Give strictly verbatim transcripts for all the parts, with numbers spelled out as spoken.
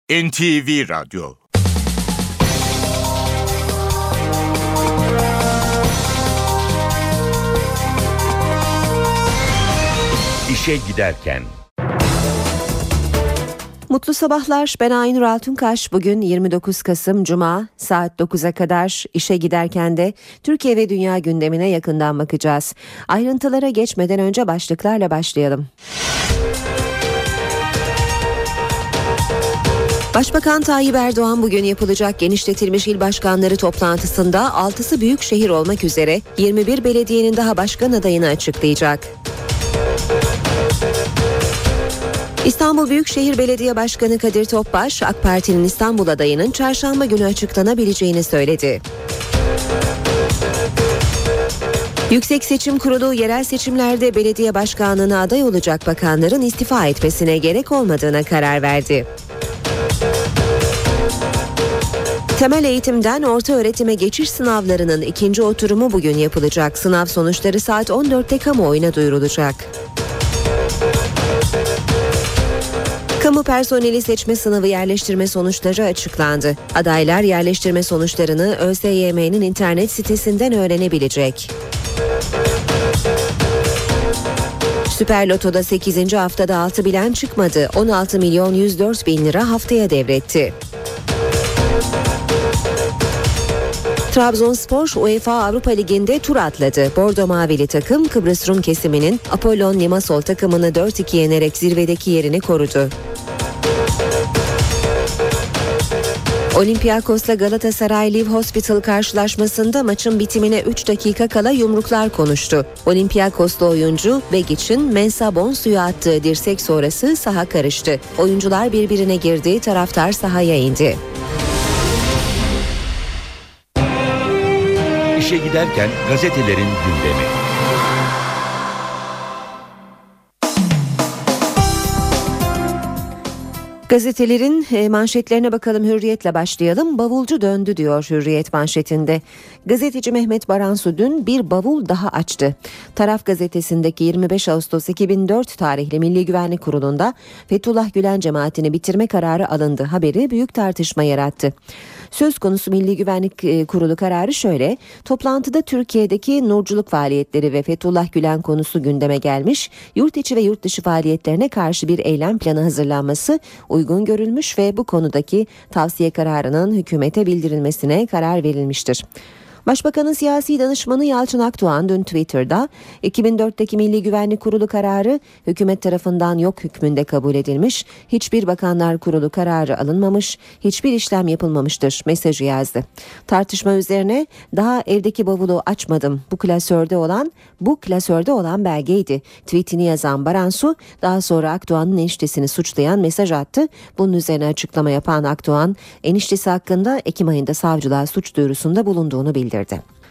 N T V Radyo. İşe giderken. Mutlu sabahlar, ben Aynur Altunkaş. Bugün yirmi dokuz Kasım Cuma, saat dokuza kadar işe giderken de Türkiye ve dünya gündemine yakından bakacağız. Ayrıntılara geçmeden önce başlıklarla başlayalım. Başbakan Tayyip Erdoğan bugün yapılacak genişletilmiş il başkanları toplantısında altısı büyük şehir olmak üzere yirmi bir belediyenin daha başkan adayını açıklayacak. İstanbul Büyükşehir Belediye Başkanı Kadir Topbaş, AK Parti'nin İstanbul adayının çarşamba günü açıklanabileceğini söyledi. Yüksek Seçim Kurulu yerel seçimlerde belediye başkanlığına aday olacak bakanların istifa etmesine gerek olmadığına karar verdi. Temel eğitimden orta öğretime geçiş sınavlarının ikinci oturumu bugün yapılacak. Sınav sonuçları saat on dörtte kamuoyuna duyurulacak. Kamu personeli seçme sınavı yerleştirme sonuçları açıklandı. Adaylar yerleştirme sonuçlarını ÖSYM'nin internet sitesinden öğrenebilecek. Süper Loto'da sekizinci haftada altı bilen çıkmadı. on altı milyon yüz dört bin lira haftaya devretti. Trabzonspor UEFA Avrupa Ligi'nde tur atladı. Bordo Mavili takım Kıbrıs Rum kesiminin Apollon Limassol takımını dört iki yenerek zirvedeki yerini korudu. Olympiakos'la Galatasaray Live Hospital karşılaşmasında maçın bitimine üç dakika kala yumruklar konuştu. Olympiakos'lu oyuncu Begic'in Mensah Bonsu'ya attığı dirsek sonrası saha karıştı. Oyuncular birbirine girdi, taraftar sahaya indi. İşe giderken gazetelerin gündemi. Gazetelerin manşetlerine bakalım. Hürriyet'le başlayalım. Bavulcu döndü diyor Hürriyet manşetinde. Gazeteci Mehmet Baransu dün bir bavul daha açtı. Taraf gazetesindeki yirmi beş Ağustos iki bin dört tarihli Milli Güvenlik Kurulu'nda Fethullah Gülen cemaatini bitirme kararı alındı. Haberi büyük tartışma yarattı. Söz konusu Milli Güvenlik Kurulu kararı şöyle: toplantıda Türkiye'deki nurculuk faaliyetleri ve Fethullah Gülen konusu gündeme gelmiş, yurt içi ve yurt dışı faaliyetlerine karşı bir eylem planı hazırlanması uygun görülmüş ve bu konudaki tavsiye kararının hükümete bildirilmesine karar verilmiştir. Başbakanın siyasi danışmanı Yalçın Akdoğan dün Twitter'da iki bin dörtteki Milli Güvenlik Kurulu kararı hükümet tarafından yok hükmünde kabul edilmiş, hiçbir Bakanlar Kurulu kararı alınmamış, hiçbir işlem yapılmamıştır mesajı yazdı. Tartışma üzerine daha evdeki bavulu açmadım, bu klasörde olan bu klasörde olan belgeydi tweetini yazan Baransu daha sonra Akdoğan'ın eniştesini suçlayan mesaj attı. Bunun üzerine açıklama yapan Akdoğan eniştesi hakkında Ekim ayında savcılığa suç duyurusunda bulunduğunu bildirdi.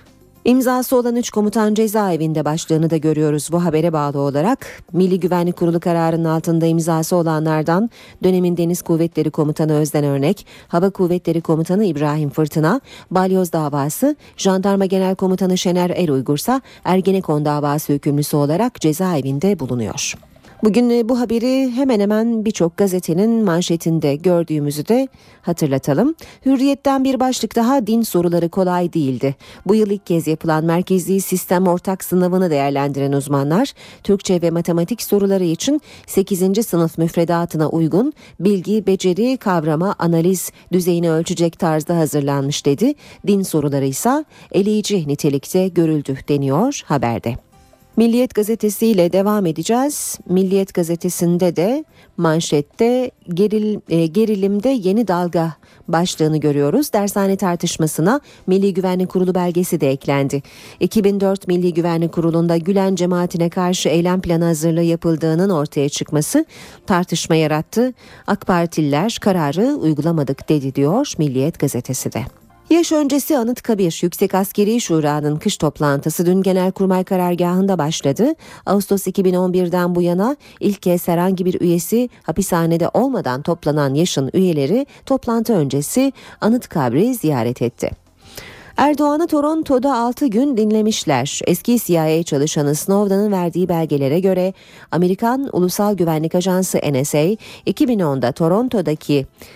İmzası olan üç komutan cezaevinde başlığını da görüyoruz bu habere bağlı olarak. Milli Güvenlik Kurulu kararının altında imzası olanlardan dönemin Deniz Kuvvetleri Komutanı Özden Örnek, Hava Kuvvetleri Komutanı İbrahim Fırtına, Balyoz davası, Jandarma Genel Komutanı Şener Er Uygursa Ergenekon davası hükümlüsü olarak cezaevinde bulunuyor. Bugün bu haberi hemen hemen birçok gazetenin manşetinde gördüğümüzü de hatırlatalım. Hürriyet'ten bir başlık daha: din soruları kolay değildi. Bu yıl ilk kez yapılan merkezi sistem ortak sınavını değerlendiren uzmanlar, Türkçe ve matematik soruları için sekizinci sınıf müfredatına uygun bilgi, beceri, kavrama, analiz düzeyini ölçecek tarzda hazırlanmış dedi. Din soruları ise eleyici nitelikte görüldü deniyor haberde. Milliyet gazetesiyle devam edeceğiz. Milliyet gazetesinde de manşette geril, e, gerilimde yeni dalga başlığını görüyoruz. Dershane tartışmasına Milli Güvenlik Kurulu belgesi de eklendi. iki bin dört Milli Güvenlik Kurulu'nda Gülen cemaatine karşı eylem planı hazırlığı yapıldığının ortaya çıkması tartışma yarattı. AK Partililer kararı uygulamadık dedi diyor Milliyet gazetesi de. Yaş öncesi Anıtkabir Yüksek Askeri Şura'nın kış toplantısı dün Genelkurmay Karargahı'nda başladı. Ağustos iki bin on birden bu yana ilk kez herhangi bir üyesi hapishanede olmadan toplanan yaşın üyeleri toplantı öncesi Anıtkabir'i ziyaret etti. Erdoğan'ı Toronto'da altı gün dinlemişler. Eski C I A çalışanı Snowden'ın verdiği belgelere göre Amerikan Ulusal Güvenlik Ajansı N S A iki bin onda Toronto'daki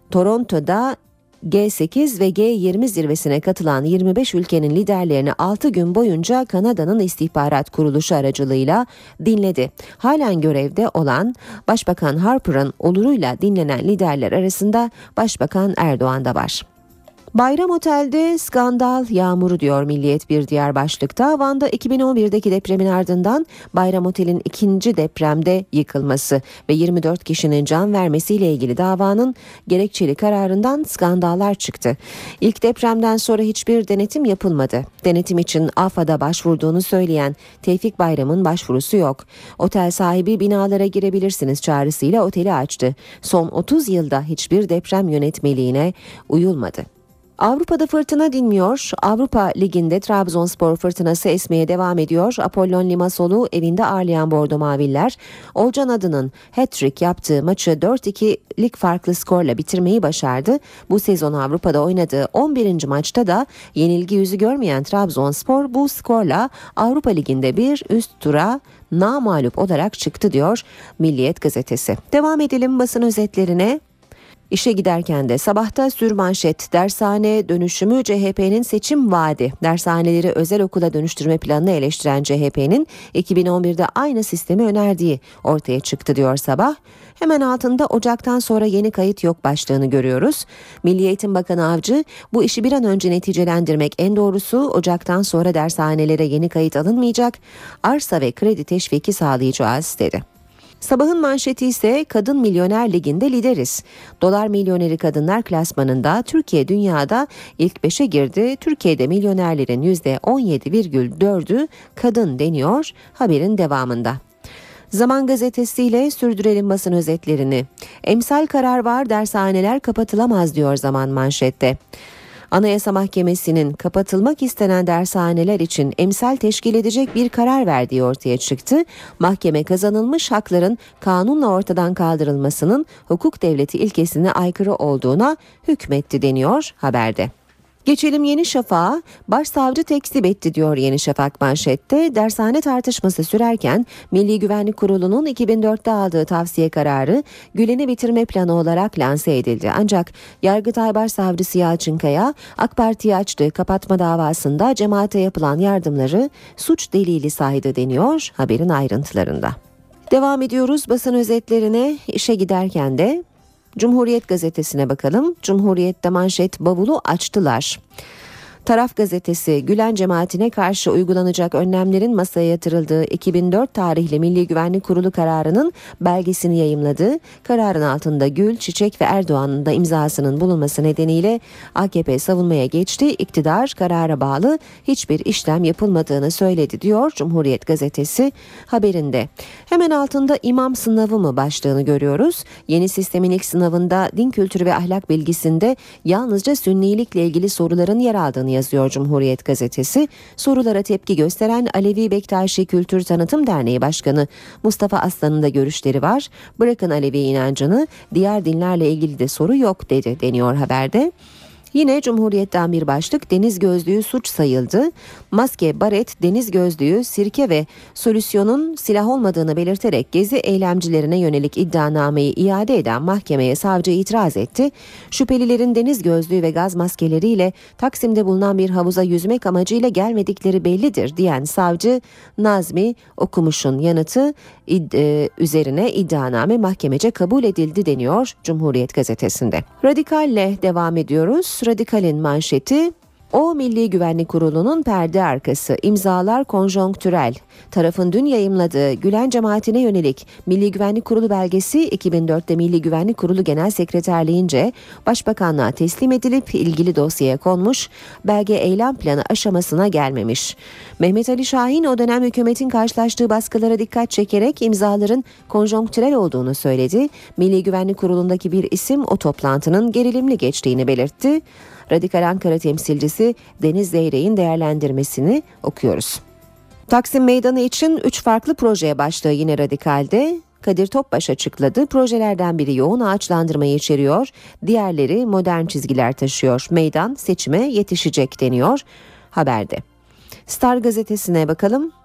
Toronto'da G sekiz ve G yirmi zirvesine katılan yirmi beş ülkenin liderlerini altı gün boyunca Kanada'nın istihbarat kuruluşu aracılığıyla dinledi. Halen görevde olan Başbakan Harper'ın oluruyla dinlenen liderler arasında Başbakan Erdoğan da var. Bayram Otel'de skandal yağmuru diyor Milliyet bir diğer başlıkta. Van'da iki bin on birdeki depremin ardından Bayram Otel'in ikinci depremde yıkılması ve yirmi dört kişinin can vermesiyle ilgili davanın gerekçeli kararından skandallar çıktı. İlk depremden sonra hiçbir denetim yapılmadı. Denetim için A F A D'da başvurduğunu söyleyen Tevfik Bayram'ın başvurusu yok. Otel sahibi binalara girebilirsiniz çağrısıyla oteli açtı. Son otuz yılda hiçbir deprem yönetmeliğine uyulmadı. Avrupa'da fırtına dinmiyor. Avrupa Ligi'nde Trabzonspor fırtınası esmeye devam ediyor. Apollon Limassol'u evinde ağırlayan Bordo Maviller, Olcan Adı'nın hat-trick yaptığı maçı dört ikilik farklı skorla bitirmeyi başardı. Bu sezon Avrupa'da oynadığı on birinci maçta da yenilgi yüzü görmeyen Trabzonspor bu skorla Avrupa Ligi'nde bir üst tura namağlup olarak çıktı diyor Milliyet gazetesi. Devam edelim basın özetlerine. İşe giderken de sabahta sürmanşet, dershane dönüşümü C H P'nin seçim vaadi. Dershaneleri özel okula dönüştürme planını eleştiren C H P'nin iki bin on birde aynı sistemi önerdiği ortaya çıktı diyor Sabah. Hemen altında Ocak'tan sonra yeni kayıt yok başlığını görüyoruz. Milli Eğitim Bakanı Avcı, bu işi bir an önce neticelendirmek en doğrusu, Ocak'tan sonra dershanelere yeni kayıt alınmayacak, arsa ve kredi teşviki sağlayacağız dedi. Sabahın manşeti ise Kadın Milyoner Ligi'nde lideriz. Dolar milyoneri kadınlar klasmanında Türkiye dünyada ilk beşe girdi. Türkiye'de milyonerlerin yüzde on yedi virgül dördü kadın deniyor haberin devamında. Zaman gazetesiyle sürdürelim basın özetlerini. Emsal karar var, dershaneler kapatılamaz diyor Zaman manşette. Anayasa Mahkemesi'nin kapatılmak istenen dershaneler için emsal teşkil edecek bir karar verdiği ortaya çıktı. Mahkeme kazanılmış hakların kanunla ortadan kaldırılmasının hukuk devleti ilkesine aykırı olduğuna hükmetti deniyor haberde. Geçelim Yeni Şafak'a. Başsavcı tekzip etti diyor Yeni Şafak manşette. Dershane tartışması sürerken Milli Güvenlik Kurulu'nun iki bin dörtte aldığı tavsiye kararı Gülen'i bitirme planı olarak lanse edildi. Ancak Yargıtay Başsavcısı Yalçın Kaya, AK Parti'ye açtığı kapatma davasında cemaate yapılan yardımları suç delili saydı deniyor haberin ayrıntılarında. Devam ediyoruz basın özetlerine. İşe giderken de Cumhuriyet gazetesine bakalım. Cumhuriyet'te manşet, bavulu açtılar. Taraf gazetesi, Gülen cemaatine karşı uygulanacak önlemlerin masaya yatırıldığı iki bin dört tarihli Milli Güvenlik Kurulu kararının belgesini yayımladı. Kararın altında Gül, Çiçek ve Erdoğan'ın da imzasının bulunması nedeniyle A K P savunmaya geçti. İktidar karara bağlı hiçbir işlem yapılmadığını söyledi diyor Cumhuriyet gazetesi haberinde. Hemen altında imam sınavı mı başlığını görüyoruz. Yeni sistemin ilk sınavında din kültürü ve ahlak bilgisinde yalnızca sünnilikle ilgili soruların yer aldığını yazıyor Cumhuriyet gazetesi. Sorulara tepki gösteren Alevi Bektaşi Kültür Tanıtım Derneği Başkanı Mustafa Aslan'ın da görüşleri var. Bırakın Alevi inancını, diğer dinlerle ilgili de soru yok dedi deniyor haberde. Yine Cumhuriyet'ten bir başlık, deniz gözlüğü suç sayıldı. Maske, baret, deniz gözlüğü, sirke ve solüsyonun silah olmadığını belirterek gezi eylemcilerine yönelik iddianameyi iade eden mahkemeye savcı itiraz etti. Şüphelilerin deniz gözlüğü ve gaz maskeleriyle Taksim'de bulunan bir havuza yüzmek amacıyla gelmedikleri bellidir diyen savcı Nazmi Okumuş'un yanıtı id- e, üzerine iddianame mahkemece kabul edildi deniyor Cumhuriyet gazetesinde. Radikalle devam ediyoruz. Radikal'in manşeti, o Milli Güvenlik Kurulu'nun perde arkası, imzalar konjonktürel. Tarafın dün yayımladığı Gülen cemaatine yönelik Milli Güvenlik Kurulu belgesi iki bin dörtte Milli Güvenlik Kurulu Genel Sekreterliğince Başbakanlığa teslim edilip ilgili dosyaya konmuş, belge eylem planı aşamasına gelmemiş. Mehmet Ali Şahin o dönem hükümetin karşılaştığı baskılara dikkat çekerek imzaların konjonktürel olduğunu söyledi. Milli Güvenlik Kurulu'ndaki bir isim o toplantının gerilimli geçtiğini belirtti. Radikal Ankara temsilcisi Deniz Zeyrek'in değerlendirmesini okuyoruz. Taksim Meydanı için üç farklı projeye başlığı yine Radikal'de. Kadir Topbaş açıkladı. Projelerden biri yoğun ağaçlandırmayı içeriyor. Diğerleri modern çizgiler taşıyor. Meydan seçime yetişecek deniyor haberde. Star gazetesine bakalım.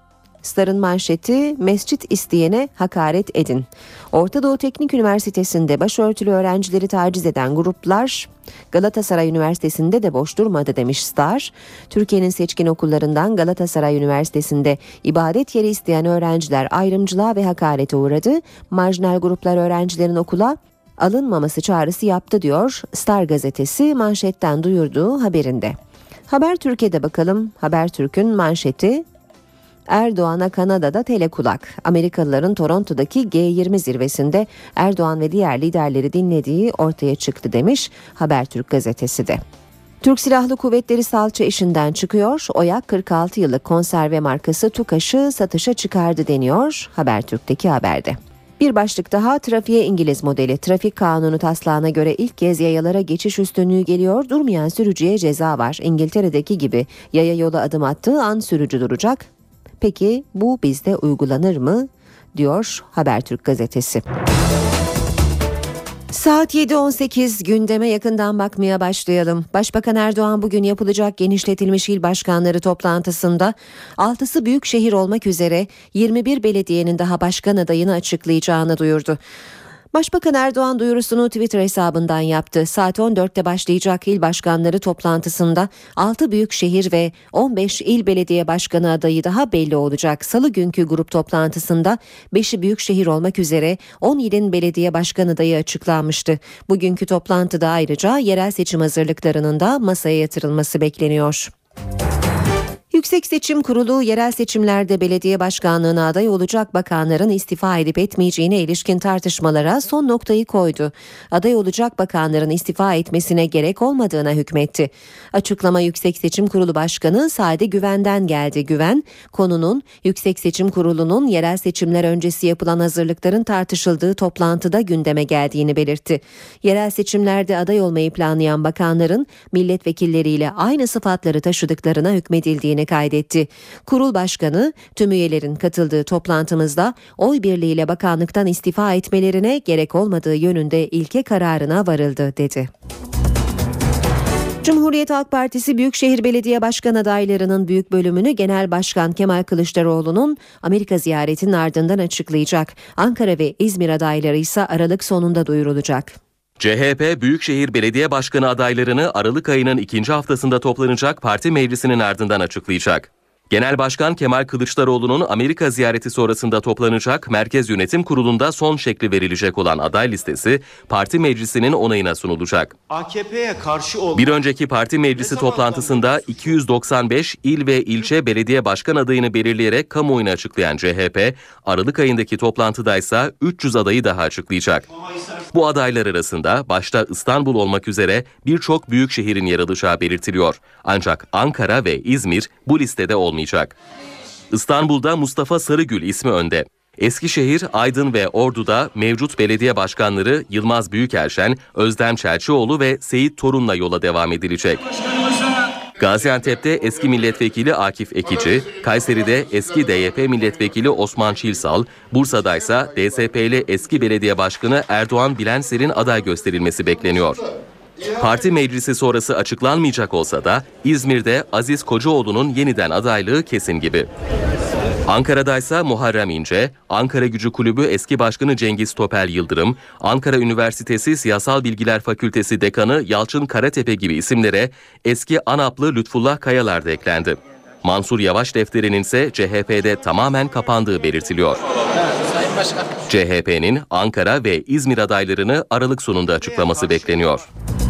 Star'ın manşeti mescit isteyene hakaret edin. Orta Doğu Teknik Üniversitesi'nde başörtülü öğrencileri taciz eden gruplar Galatasaray Üniversitesi'nde de boş durmadı demiş Star. Türkiye'nin seçkin okullarından Galatasaray Üniversitesi'nde ibadet yeri isteyen öğrenciler ayrımcılığa ve hakarete uğradı. Marjinal gruplar öğrencilerin okula alınmaması çağrısı yaptı diyor Star gazetesi manşetten duyurduğu haberinde. Habertürk'e bakalım. Habertürk'ün manşeti Erdoğan'a Kanada'da telekulak. Amerikalıların Toronto'daki G yirmi zirvesinde Erdoğan ve diğer liderleri dinlediği ortaya çıktı demiş Habertürk gazetesi de. Türk Silahlı Kuvvetleri salça işinden çıkıyor. OYAK kırk altı yıllık konserve markası TUKAŞ'ı satışa çıkardı deniyor Habertürk'teki haberde. Bir başlık daha, trafiğe İngiliz modeli. Trafik kanunu taslağına göre ilk kez yayalara geçiş üstünlüğü geliyor. Durmayan sürücüye ceza var. İngiltere'deki gibi yaya yola adım attığı an sürücü duracak. Peki bu bizde uygulanır mı? Diyor Habertürk gazetesi. Saat yedi on sekiz, gündeme yakından bakmaya başlayalım. Başbakan Erdoğan bugün yapılacak genişletilmiş il başkanları toplantısında altısı büyük şehir olmak üzere yirmi bir belediyenin daha başkan adayını açıklayacağını duyurdu. Başbakan Erdoğan duyurusunu Twitter hesabından yaptı. Saat on dörtte başlayacak il başkanları toplantısında altı büyük şehir ve on beş il belediye başkanı adayı daha belli olacak. Salı günkü grup toplantısında beşi büyük şehir olmak üzere on ilin belediye başkan adayı açıklanmıştı. Bugünkü toplantıda ayrıca yerel seçim hazırlıklarının da masaya yatırılması bekleniyor. Yüksek Seçim Kurulu yerel seçimlerde belediye başkanlığına aday olacak bakanların istifa edip etmeyeceğine ilişkin tartışmalara son noktayı koydu. Aday olacak bakanların istifa etmesine gerek olmadığına hükmetti. Açıklama Yüksek Seçim Kurulu Başkanı Sade Güven'den geldi. Güven, konunun Yüksek Seçim Kurulu'nun yerel seçimler öncesi yapılan hazırlıkların tartışıldığı toplantıda gündeme geldiğini belirtti. Yerel seçimlerde aday olmayı planlayan bakanların milletvekilleriyle aynı sıfatları taşıdıklarına hükmedildiğini kaydetti. Kurul Başkanı tüm üyelerin katıldığı toplantımızda oy birliğiyle bakanlıktan istifa etmelerine gerek olmadığı yönünde ilke kararına varıldı dedi. Cumhuriyet Halk Partisi Büyükşehir Belediye Başkan adaylarının büyük bölümünü Genel Başkan Kemal Kılıçdaroğlu'nun Amerika ziyaretinin ardından açıklayacak. Ankara ve İzmir adayları ise Aralık sonunda duyurulacak. C H P Büyükşehir Belediye Başkanı adaylarını Aralık ayının ikinci haftasında toplanacak parti meclisinin ardından açıklayacak. Genel Başkan Kemal Kılıçdaroğlu'nun Amerika ziyareti sonrasında toplanacak Merkez Yönetim Kurulu'nda son şekli verilecek olan aday listesi parti meclisinin onayına sunulacak. A K P'ye karşı ol. Bir önceki parti meclisi toplantısında iki yüz doksan beş il ve ilçe belediye başkan adayını belirleyerek kamuoyuna açıklayan C H P, Aralık ayındaki toplantıdaysa üç yüz adayı daha açıklayacak. Bu adaylar arasında başta İstanbul olmak üzere birçok büyük şehrin yer alacağı belirtiliyor. Ancak Ankara ve İzmir bu listede olmayacak. İstanbul'da Mustafa Sarıgül ismi önde. Eskişehir, Aydın ve Ordu'da mevcut belediye başkanları Yılmaz Büyükerşen, Özlem Çelçioğlu ve Seyit Torun'la yola devam edilecek. Gaziantep'te eski milletvekili Akif Ekici, Kayseri'de eski D Y P milletvekili Osman Çilsal, Bursa'da ise D S P'li eski belediye başkanı Erdoğan Bilenser'in aday gösterilmesi bekleniyor. Parti meclisi sonrası açıklanmayacak olsa da İzmir'de Aziz Kocaoğlu'nun yeniden adaylığı kesin gibi. Ankara'da ise Muharrem İnce, Ankara Gücü Kulübü eski başkanı Cengiz Topel Yıldırım, Ankara Üniversitesi Siyasal Bilgiler Fakültesi Dekanı Yalçın Karatepe gibi isimlere eski ANAP'lı Lütfullah Kayalar da eklendi. Mansur Yavaş defterinin ise C H P'de tamamen kapandığı belirtiliyor. C H P'nin Ankara ve İzmir adaylarını Aralık sonunda açıklaması bekleniyor.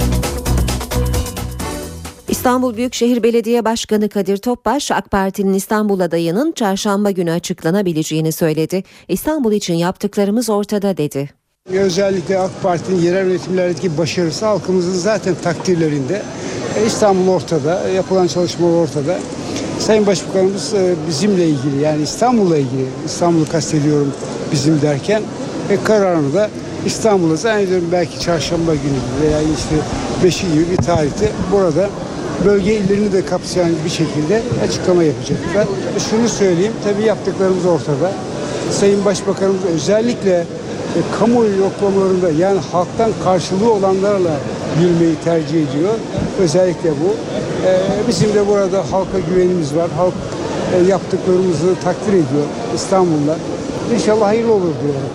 İstanbul Büyükşehir Belediye Başkanı Kadir Topbaş, AK Parti'nin İstanbul adayının çarşamba günü açıklanabileceğini söyledi. İstanbul için yaptıklarımız ortada dedi. Özellikle AK Parti'nin yerel yönetimlerdeki başarısı halkımızın zaten takdirlerinde. İstanbul ortada, yapılan çalışmalar ortada. Sayın Başbakanımız bizimle ilgili, yani İstanbul'la ilgili, İstanbul'u kastediyorum bizim derken, ve kararını da İstanbul'a zannediyorum belki çarşamba günü veya işte beşi gibi bir tarihte burada bölge illerini de kapsayan bir şekilde açıklama yapacaklar. Şunu söyleyeyim, tabii yaptıklarımız ortada. Sayın Başbakanımız özellikle e, kamuoyu yoklamalarında, yani halktan karşılığı olanlarla yürümeyi tercih ediyor. Özellikle bu. E, bizim de burada halka güvenimiz var. Halk e, yaptıklarımızı takdir ediyor İstanbul'da. İnşallah hayırlı olur diyorum.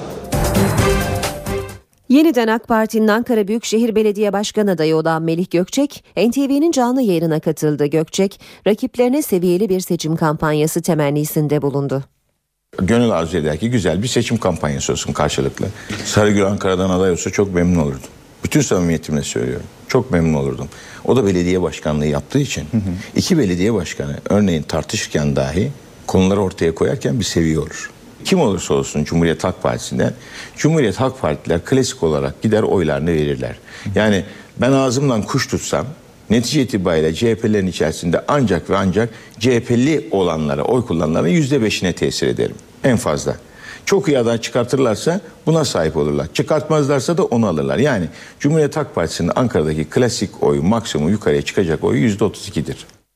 Yeniden AK Parti'nin Ankara Büyükşehir Belediye Başkanı adayı olan Melih Gökçek, N T V'nin canlı yayınına katıldı. Gökçek, rakiplerine seviyeli bir seçim kampanyası temennisinde bulundu. Gönül arzu eder ki güzel bir seçim kampanyası olsun karşılıklı. Sarıgül Ankara'dan aday olsa çok memnun olurdum. Bütün samimiyetimle söylüyorum. Çok memnun olurdum. O da belediye başkanlığı yaptığı için. Hı hı. İki belediye başkanı örneğin tartışırken dahi konuları ortaya koyarken bir seviye olur. Kim olursa olsun Cumhuriyet Halk Partisi'nden, Cumhuriyet Halk Partiler klasik olarak gider oylarını verirler. Yani ben ağzımdan kuş tutsam netice itibariyle C H P'lerin içerisinde ancak ve ancak C H P'li olanlara, oy kullananlara yüzde beşine tesir ederim. En fazla. Çok iyi aday çıkartırlarsa buna sahip olurlar. Çıkartmazlarsa da onu alırlar. Yani Cumhuriyet Halk Partisi'nin Ankara'daki klasik oyu, maksimum yukarıya çıkacak oyu yüzde otuz ikidir.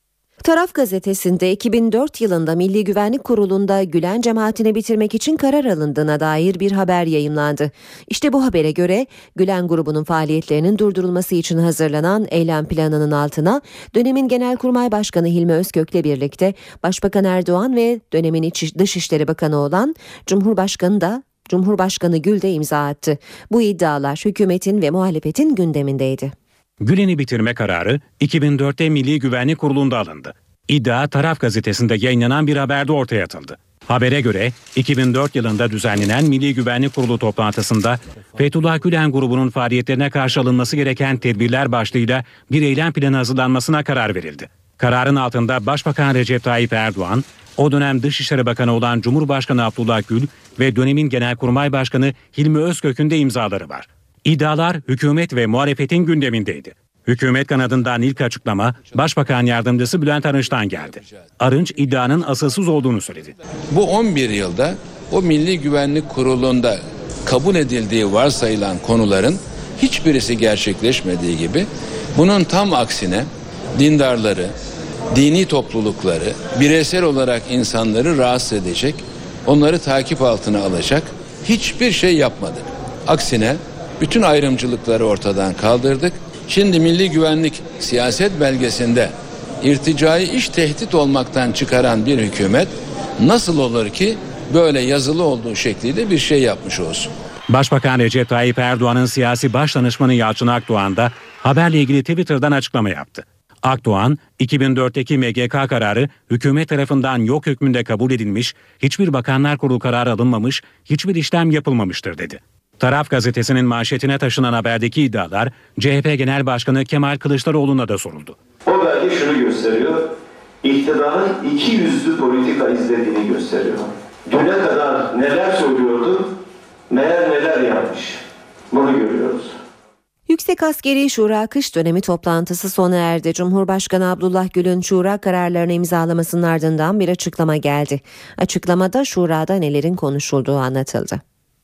Taraf gazetesinde iki bin dört yılında Milli Güvenlik Kurulu'nda Gülen cemaatini bitirmek için karar alındığına dair bir haber yayımlandı. İşte bu habere göre Gülen grubunun faaliyetlerinin durdurulması için hazırlanan eylem planının altına dönemin Genelkurmay Başkanı Hilmi Özkök'le birlikte Başbakan Erdoğan ve dönemin İç Dışişleri Bakanı olan Cumhurbaşkanı da Cumhurbaşkanı Gül de imza attı. Bu iddialar hükümetin ve muhalefetin gündemindeydi. Gülen'i bitirme kararı iki bin dörtte Milli Güvenlik Kurulu'nda alındı. İddia Taraf gazetesinde yayınlanan bir haberde ortaya atıldı. Habere göre iki bin dört yılında düzenlenen Milli Güvenlik Kurulu toplantısında Fethullah Gülen grubunun faaliyetlerine karşı alınması gereken tedbirler başlığıyla bir eylem planı hazırlanmasına karar verildi. Kararın altında Başbakan Recep Tayyip Erdoğan, o dönem Dışişleri Bakanı olan Cumhurbaşkanı Abdullah Gül ve dönemin Genelkurmay Başkanı Hilmi Özkök'ün de imzaları var. İddialar hükümet ve muhalefetin gündemindeydi. Hükümet kanadından ilk açıklama Başbakan Yardımcısı Bülent Arınç'tan geldi. Arınç iddianın asılsız olduğunu söyledi. Bu on bir yılda o Milli Güvenlik Kurulu'nda kabul edildiği varsayılan konuların hiçbirisi gerçekleşmediği gibi bunun tam aksine dindarları, dini toplulukları, bireysel olarak insanları rahatsız edecek, onları takip altına alacak hiçbir şey yapmadık. Aksine bütün ayrımcılıkları ortadan kaldırdık. Şimdi Milli Güvenlik siyaset belgesinde irticai iş tehdit olmaktan çıkaran bir hükümet nasıl olur ki böyle yazılı olduğu şekliyle bir şey yapmış olsun? Başbakan Recep Tayyip Erdoğan'ın siyasi başdanışmanı Yalçın Akdoğan da haberle ilgili Twitter'dan açıklama yaptı. Akdoğan, iki bin dörtteki M G K kararı hükümet tarafından yok hükmünde kabul edilmiş, hiçbir bakanlar kurulu kararı alınmamış, hiçbir işlem yapılmamıştır dedi. Taraf gazetesinin manşetine taşınan haberdeki iddialar C H P Genel Başkanı Kemal Kılıçdaroğlu'na da soruldu. O belge şunu gösteriyor, iktidarın iki yüzlü politika izlediğini gösteriyor. Düne kadar neler söylüyordu, meğer neler yapmış. Bunu görüyoruz. Yüksek Askeri Şura kış dönemi toplantısı sona erdi. Cumhurbaşkanı Abdullah Gül'ün şura kararlarını imzalamasının ardından bir açıklama geldi. Açıklamada şurada nelerin konuşulduğu anlatıldı.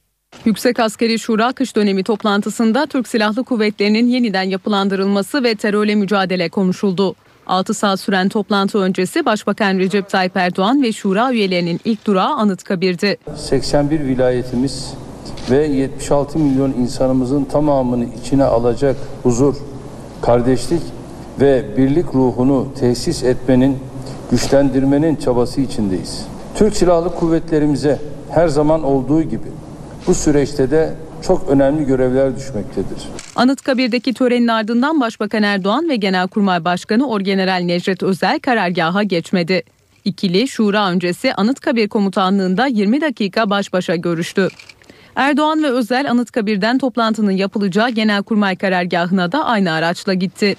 Yüksek Askeri Şura kış dönemi toplantısında Türk Silahlı Kuvvetleri'nin yeniden yapılandırılması ve terörle mücadele konuşuldu. altı saat süren toplantı öncesi Başbakan Recep Tayyip Erdoğan ve şura üyelerinin ilk durağı Anıtkabir'di. seksen bir vilayetimiz ve yetmiş altı milyon insanımızın tamamını içine alacak huzur, kardeşlik ve birlik ruhunu tesis etmenin, güçlendirmenin çabası içindeyiz. Türk Silahlı Kuvvetlerimize her zaman olduğu gibi bu süreçte de çok önemli görevler düşmektedir. Anıtkabir'deki törenin ardından Başbakan Erdoğan ve Genelkurmay Başkanı Orgeneral Necdet Özel karargaha geçmedi. İkili şura öncesi Anıtkabir Komutanlığı'nda yirmi dakika baş başa görüştü. Erdoğan ve Özel Anıtkabir'den toplantının yapılacağı Genelkurmay karargahına da aynı araçla gitti.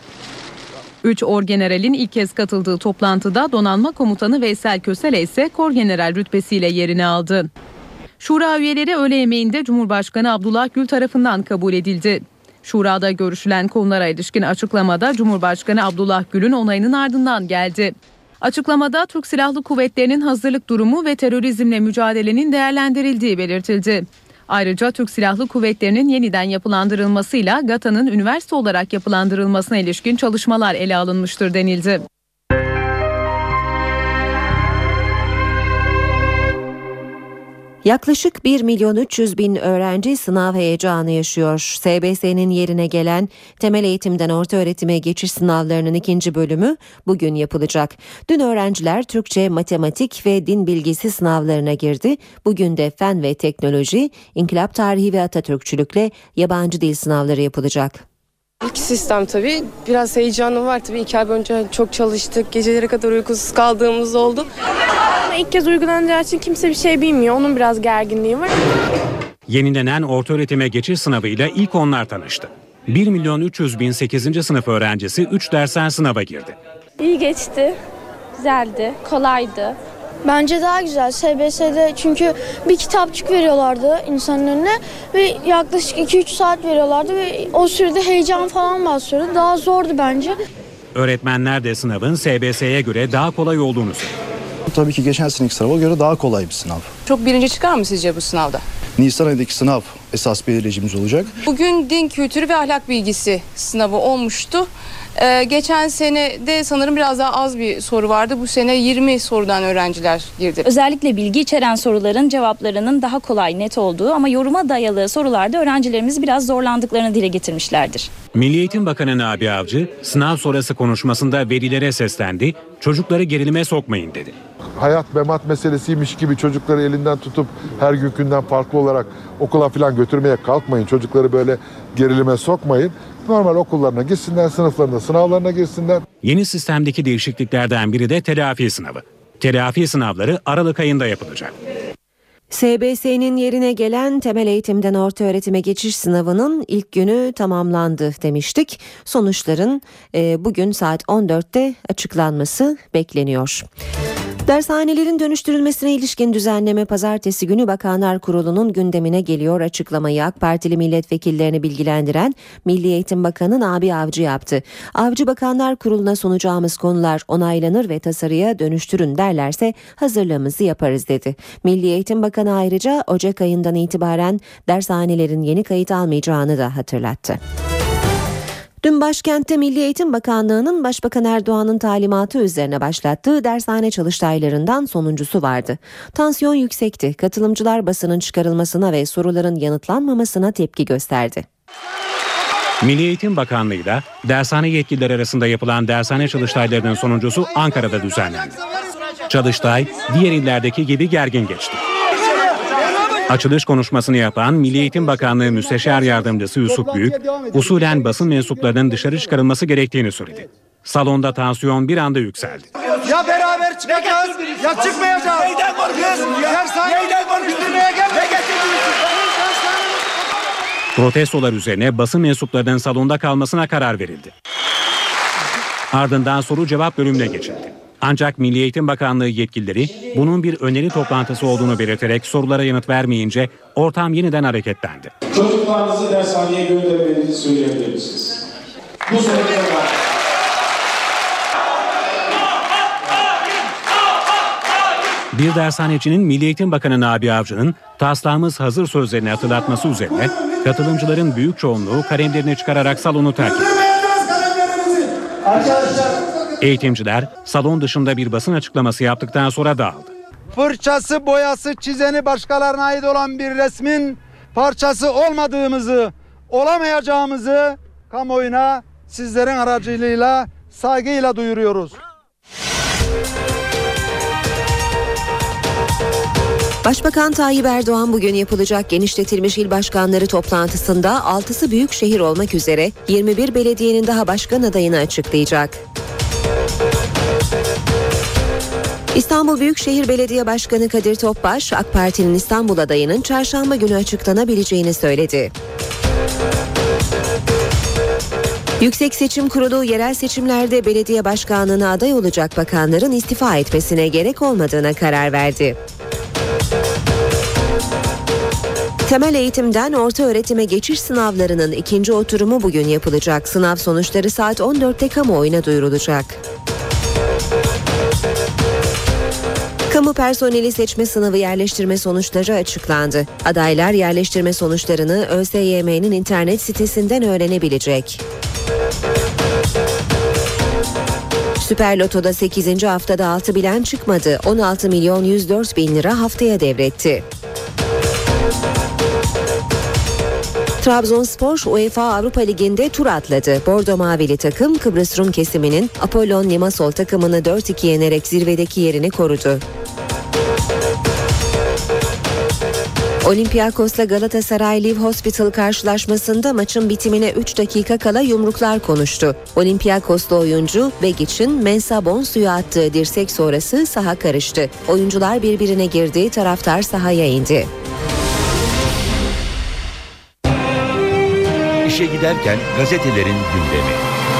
Üç orgeneralin ilk kez katıldığı toplantıda Donanma Komutanı Veysel Kösele ise Korgeneral rütbesiyle yerini aldı. Şura üyeleri öğle yemeğinde Cumhurbaşkanı Abdullah Gül tarafından kabul edildi. Şurada görüşülen konulara ilişkin açıklamada Cumhurbaşkanı Abdullah Gül'ün onayının ardından geldi. Açıklamada Türk Silahlı Kuvvetleri'nin hazırlık durumu ve terörizmle mücadelenin değerlendirildiği belirtildi. Ayrıca Türk Silahlı Kuvvetleri'nin yeniden yapılandırılmasıyla GATA'nın üniversite olarak yapılandırılmasına ilişkin çalışmalar ele alınmıştır denildi. Yaklaşık bir milyon üç yüz bin öğrenci sınav heyecanı yaşıyor. S B S'nin yerine gelen temel eğitimden ortaöğretime geçiş sınavlarının ikinci bölümü bugün yapılacak. Dün öğrenciler Türkçe, matematik ve din bilgisi sınavlarına girdi. Bugün de fen ve teknoloji, inkılap tarihi ve Atatürkçülükle yabancı dil sınavları yapılacak. İlk sistem tabii. Biraz heyecanım var tabii. İki ay boyunca çok çalıştık. Gecelere kadar uykusuz kaldığımız oldu. Ama ilk kez uygulanacağı için kimse bir şey bilmiyor. Onun biraz gerginliği var. Yenilenen ortaöğretime geçiş sınavıyla ilk onlar tanıştı. bir milyon üç yüz bin sekizinci sınıf öğrencisi üç dersten sınava girdi. İyi geçti. Güzeldi. Kolaydı. Bence daha güzel. S B S'de çünkü bir kitapçık veriyorlardı insanın önüne ve yaklaşık iki üç saat veriyorlardı ve o sürede heyecan falan basıyordu. Daha zordu bence. Öğretmenler de sınavın S B S'ye göre daha kolay olduğunu söyledi. Tabii ki geçen seneki sınava göre daha kolay bir sınav. Çok birinci çıkar mı sizce bu sınavda? Nisan ayındaki sınav esas belirleyicimiz olacak. Bugün din kültürü ve ahlak bilgisi sınavı olmuştu. Ee, geçen sene de sanırım biraz daha az bir soru vardı. Bu sene yirmi sorudan öğrenciler girdi. Özellikle bilgi içeren soruların cevaplarının daha kolay, net olduğu ama yoruma dayalı sorularda öğrencilerimiz biraz zorlandıklarını dile getirmişlerdir. Milli Eğitim Bakanı Nabi Avcı sınav sonrası konuşmasında velilere seslendi, çocukları gerilime sokmayın dedi. Hayat memat meselesiymiş gibi çocukları elinden tutup her günkünden farklı olarak okula falan götürmeye kalkmayın. Çocukları böyle gerilime sokmayın. Normal okullarına gitsinler, sınıflarına, sınavlarına girsinler. Yeni sistemdeki değişikliklerden biri de telafi sınavı. Telafi sınavları Aralık ayında yapılacak. S B S'nin yerine gelen temel eğitimden ortaöğretime geçiş sınavının ilk günü tamamlandı demiştik. Sonuçların e, bugün saat on dörtte açıklanması bekleniyor. Dershanelerin dönüştürülmesine ilişkin düzenleme pazartesi günü Bakanlar Kurulu'nun gündemine geliyor. Açıklamayı AK Partili milletvekillerini bilgilendiren Milli Eğitim Bakanı Nabi Avcı yaptı. Avcı, Bakanlar Kurulu'na sunacağımız konular onaylanır ve tasarıya dönüştürün derlerse hazırlığımızı yaparız dedi. Milli Eğitim Bakanı ayrıca Ocak ayından itibaren dershanelerin yeni kayıt almayacağını da hatırlattı. Dün başkentte Milli Eğitim Bakanlığı'nın Başbakan Erdoğan'ın talimatı üzerine başlattığı dershane çalıştaylarından sonuncusu vardı. Tansiyon yüksekti. Katılımcılar basının çıkarılmasına ve soruların yanıtlanmamasına tepki gösterdi. Milli Eğitim Bakanlığı ile dershane yetkilileri arasında yapılan dershane çalıştaylarının sonuncusu Ankara'da düzenlendi. Çalıştay diğer illerdeki gibi gergin geçti. Açılış konuşmasını yapan Milli Eğitim Bakanlığı Müsteşar Yardımcısı Yusuf Büyük, usulen basın mensuplarının dışarı çıkarılması gerektiğini söyledi. Salonda tansiyon bir anda yükseldi. Ya beraber çıkacağız ya çıkmayacağız. Neyden korkuyorsun ya? Neyden korkuyorsun? Protestolar üzerine basın mensuplarının salonda kalmasına karar verildi. Ardından soru cevap bölümüne geçildi. Ancak Milli Eğitim Bakanlığı yetkilileri bunun bir öneri toplantısı olduğunu belirterek sorulara yanıt vermeyince ortam yeniden hareketlendi. Çocuklarınızı dershaneye göndermenizi söyleyebilir misiniz? Bu soruya var. Bir dershanecinin Milli Eğitim Bakanı Nabi Avcı'nın taslağımız hazır sözlerini hatırlatması üzerine katılımcıların büyük çoğunluğu kalemlerini çıkararak salonu terk etti. Eğitimciler salon dışında bir basın açıklaması yaptıktan sonra dağıldı. Fırçası boyası çizeni başkalarına ait olan bir resmin parçası olmadığımızı, olamayacağımızı kamuoyuna sizlerin aracılığıyla saygıyla duyuruyoruz. Başbakan Tayyip Erdoğan bugün yapılacak genişletilmiş il başkanları toplantısında altısı büyük şehir olmak üzere yirmi bir belediyenin daha başkan adayını açıklayacak. İstanbul Büyükşehir Belediye Başkanı Kadir Topbaş, AK Parti'nin İstanbul adayının çarşamba günü açıklanabileceğini söyledi. Yüksek Seçim Kurulu yerel seçimlerde belediye başkanlığına aday olacak bakanların istifa etmesine gerek olmadığına karar verdi. Temel eğitimden ortaöğretime geçiş sınavlarının ikinci oturumu bugün yapılacak. Sınav sonuçları saat on dörtte kamuoyuna duyurulacak. Kamu personeli seçme sınavı yerleştirme sonuçları açıklandı. Adaylar yerleştirme sonuçlarını ÖSYM'nin internet sitesinden öğrenebilecek. Süper Loto'da sekizinci haftada altı bilen çıkmadı. on altı milyon yüz dört bin lira haftaya devretti. Trabzonspor UEFA Avrupa Ligi'nde tur atladı. Bordo Mavili takım Kıbrıs Rum kesiminin Apollon Limassol takımını dört iki yenerek zirvedeki yerini korudu. Olympiakos'la Galatasaray Live Hospital karşılaşmasında maçın bitimine üç dakika kala yumruklar konuştu. Olympiakos'lu oyuncu Begic'in Mensah Bonsu'ya attığı dirsek sonrası saha karıştı. Oyuncular birbirine girdi, taraftar sahaya indi. İşe giderken gazetelerin gündemi.